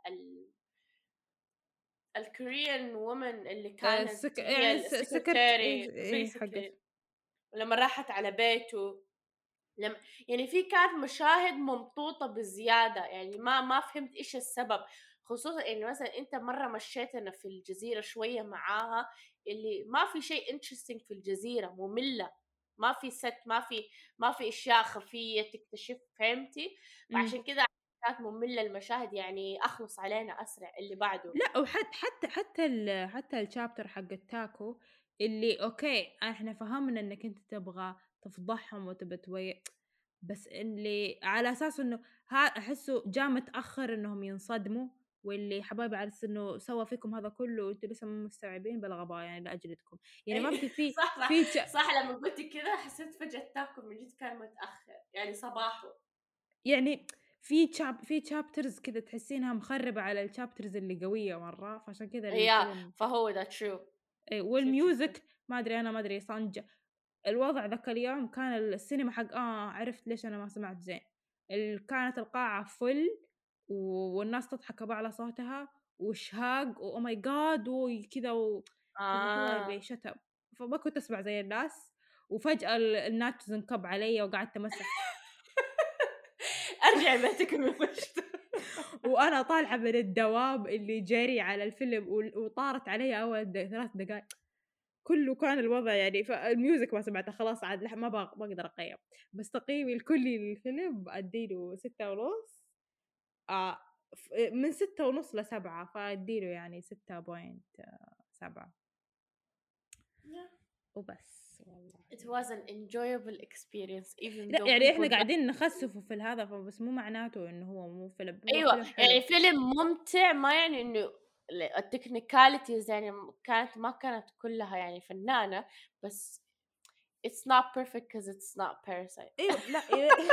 الkorean woman اللي كانت هي يعني الsecretary إيه basically، حقت ولمّا راحت على بيته يعني في كانت مشاهد ممطوطة بزيادة، يعني ما فهمت إيش السبب، خصوصًا إنه مثلًا أنت مرّة مشيتنا في الجزيرة شوية معاها، اللي ما في شيء interesting في الجزيرة، مملة، ما في set ما في أشياء خفية تكتشف، فهمتِ؟ إمم. فعشان كده كانت مملة المشاهد، يعني أخلص علينا أسرع اللي بعده. لأ حتى الchapter حق التاكو اللي أوكي إحنا فهمنا إنِّك أنتِ تبغى تفضحهم وتبى بس اللي على أساس إنه أحسه جه متأخر إنهم ينصدموا، واللي حبايبي على أساس إنه سوى فيكم هذا كله وأنتم لسه مو مستوعبين بالغباء يعني لأجلدكم، يعني ما أي في صح، في صح، ch صح، لمّا قُلتِ كده حسيت فجأة التاكو من جد كان متأخر، يعني صباحه. يعني في chapters كده تحسينها مخربة على الchapters اللي قوية مرة، فعشان كذا الفيلم فهو ده true. true، true، true. والmusic ما أدري صنج الوضع ذاك اليوم كان السينما حق عرفت ليش أنا ما سمعت زين، كانت القاعة full والناس تضحك بأعلى صوتها وإشهاق وOh my God وكذا يا حبايبي آه. shut up فما كنت أسمع زي الناس، وفجأة الناتشوز انكب علي وقعدت أمسح ارجعي بيتِك المفشت. وأنا طالعة من الدوام اللي جري على الفيلم وطارت علي أول 3 دقايق. كُلّه كان الوضع يعني فالmusic ما سمعته خلاص عاد ما أقدر أقيّم، بس تقييمي الكلّي للفيلم أدّي له 6.5 آه من 6.5 ل7 فأدّي له يعني 6.7 Yeah. وبس والله. It was an enjoyable experience even لأ though يعني people إحنا don't. قاعدين نخسّفه في الهذا فبس مو معناته إنه هو مو فيلم، هو أيوه، فيلم حلو. يعني فيلم ممتع ما يعني إنه الtechnicalities يعني ما كانت كلّها يعني فنانة، بس it's not perfect 'cause it's not Parasite. أيوه لأ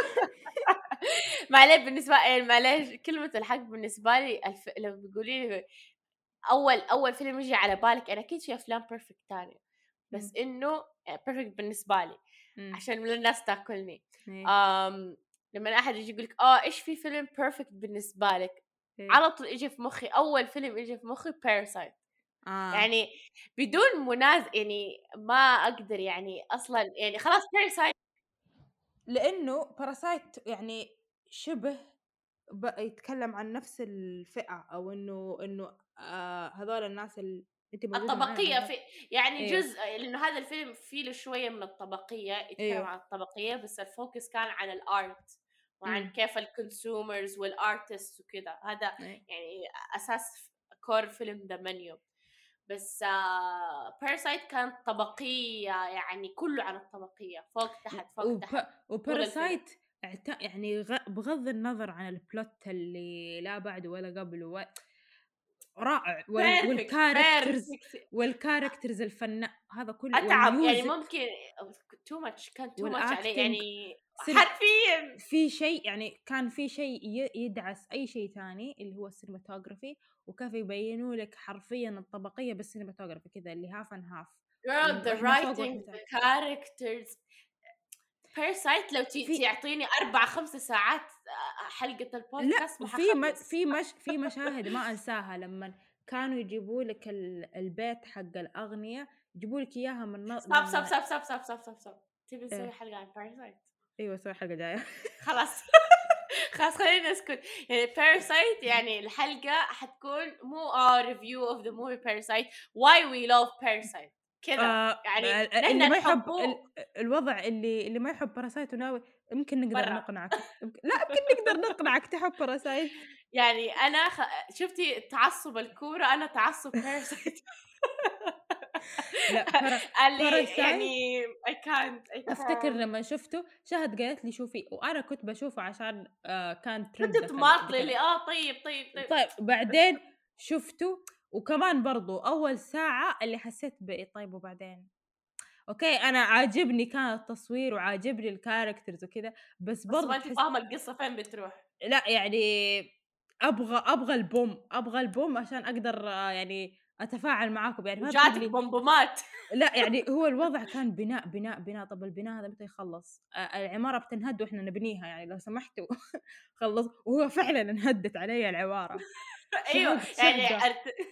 معليش كلمة الحق بالنسبة لي لو بتقولي لي أول فيلم ييجي على بالِك، أنا أكيد في أفلام perfect تانية، إمم، بس إنه perfect بالنسبة لي، إمم، عشان لا الناس تاكلني. إيه، آمم، لمّا أحد ييجي يقول لِك إيش في فيلم perfect بالنسبة لِك، إيه، على طول ييجي في مخي أول فيلم ييجي في مخي Parasite. آه. يعني بدون يعني ما أقدر يعني أصلًا يعني خلاص Parasite. لإنه Parasite يعني شِبه يتكلّم عن نفس الفئة أو إنه هذول الناس أنتِ موجودة معايا الطبقية والّا؟ يعني أيوه، جزء لإنه هذا الفيلم فيه له شوية من الطبقية، يتكلم أيوه، عن الطبقية بس الfocus كان عن الart وعن إمم، كيف الconsumers والartists وكده، هذا أيوه، يعني أساس core فيلم The Menu. بس باراسايت كانت طبقية، يعني كله عن الطبقية، فوق تحت فوق تحت طول الفيلم. وباراسايت يعني بغض النظر عن البلوت اللي لا بعد ولا قبل رائع، بيرفكت والكاركترز بيرفكت. هذا كله، أتعب يعني، والميوزك ممكن تو ماتش، كان تو ماتش عليه والacting يعني سن حرفيًا. في شيء يعني كان في شيء يدعس أي شيء تاني اللي هو الcinematography، وكيف يبينوا لك حرفيًا الطبقية بالcinematography كذا اللي half and half، girl the وإحنا فوق writing وإحنا the تحت. characters. باراسايت لو في تعطيني 4 5 ساعات حلقة لأ، البودكاست ما وفي م حاخلص. في مشاهد ما أنساها لمّن كانوا يجيبوا لك البيت حق الأغنيا، يجيبوا لك إياها ستوب ستوب من ستوب ستوب ستوب ستوب ستوب ستوب. تبي نسوي إيه، حلقة عن باراسايت؟ أيوه سوي الحلقة الجاية. خلاص. خلاص خلينا نسكت. يعني باراسايت يعني الحلقة حتكون مو review of the movie Parasite, why we love Parasite كذا يعني. نحن اللي ما يحب نحبه الوضع اللي ما يحب باراسايت وناوي، يمكن نقدر برا. نقنعك، لأ يمكن نقدر نقنعك تحب باراسايت. يعني أنا شفتي تعصب الكورة، أنا تعصب باراسايت. لأ اللي باراسايت يعني I can't I أفتكر can't. لمّا شُفته شهد قالت لي شوفي، وأنا كنت باشوفه عشان كان كنت ترند تماطلي ذاك اللي طيب طيب طيب. طيب بعدين شُفته، وكمان برضه أول ساعة اللي حسيت طيب وبعدين؟ أوكي أنا عاجبني كان التصوير وعاجبني الcharacters وكذا، بس بس برضه ما أنتِ تحس فاهمة القصة فين بتروح. لأ يعني أبغى البوم عشان أقدر يعني أتفاعل معاكم، يعني ما تجيب وجاتِك لي بومبومات. لأ يعني هو الوضع كان بناء، طَب البناء هذا متى يخلّص؟ العمارة بتنهد وإحنا نبنيها يعني لو سمحتوا خلّصوا، وهو فعلًا انهدِّت علي العمارة، أيوه يعني شهقة.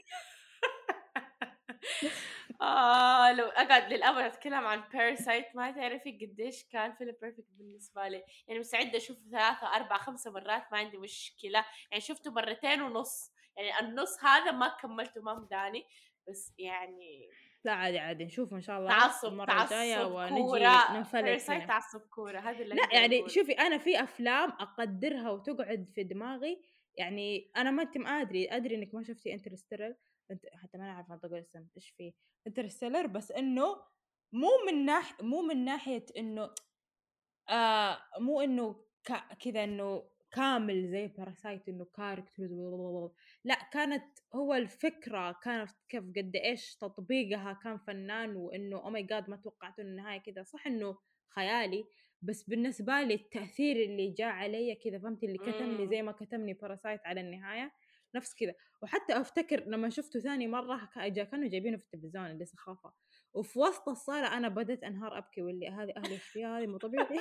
لو أقعد للأبد أتكلم عن Parasite ما تعرفي قديش كان فيلم perfect بالنسبة لي. يعني مستعدة أشوفه 3 4 5 مرات ما عندي مشكلة. يعني شُفته مرتين ونُص، يعني النُص هذا ما كمّلته ما مداني. بس يعني لأ عادي نشوفه إن شاء الله تعصُّب، المرة الجاية تعصُّب ونجي كورة. ننفلت Parasite فيه. تعصُّب كورة، هذا اللي لأ، أقدر يعني أقوله. شوفي أنا في أفلام أقدّرها وتقعد في دماغي، يعني أنا ما أنتِ ما أدري إنِّك ما شُفتِ Interstellar، حتى ما أنا عارفة أنطق الاسم إيش فيه Interstellar، بس إنه مو من ناحية إنه مو إنه كذا إنه كامل زي Parasite إنه characters لأ، كانت هو الفكرة كانت كيف قد إيش تطبيقها كان فنان، وإنه oh my god ما توقعت إنه النهاية كذا، صح إنه خيالي، بس بالنسبة لي التأثير اللي جاء عليَّ كذا فهمتِ اللي كتمني إمم. زي ما كتمني Parasite على النهاية، نفس كذا. وحتى أفتكر لمّا شُفته ثاني مرة كانوا جايبينه في التلفزيون اللي سخافة، وفي وسط الصالة أنا بدأت أنهار أبكي، واللي هذه أهلي إيش فيها هذه مو طبيعي.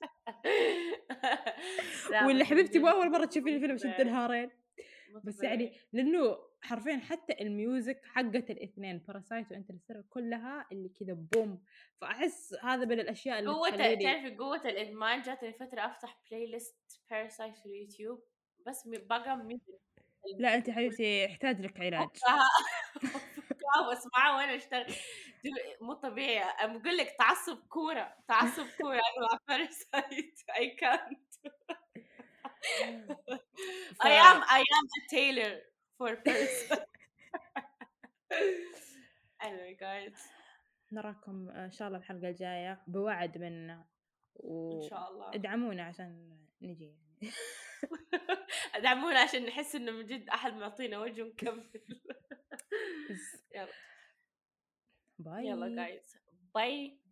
لا واللي بس من حبيبتي جد وأول مرة تشوفين مو الفيلم عشان طبيعي، تنهارين، مو بس يعني طبيعي. لأنه حرفيًا حتى الميوزك حقة الإثنين Parasite وInterstellar كلها اللي كذا بوم، فأحس هذا من الأشياء اللي تخلّيني تعرفي قوة الإدمان، جاتني فترة أفتح playlist Parasite في اليوتيوب بس بقى music. لأ أنتِ حبيبتي يحتاج لِك علاج. أفكها أفكها وأسمعها وأنا أشتغل. مو طبيعي. باقول لِك تعصب كورة، تعصب كورة أنا مع Parasite I can't. ف I am a tailor for Parasite. Anyway guys نراكم إن شاء الله الحلقة الجاية بوعد منا، إن شاء الله. وادعمونا عشان نجي يعني. دعمونا عشان نحس إنه من جد أحد معطينا وجه ونكمل. بس يلا يلا باي. guys باي.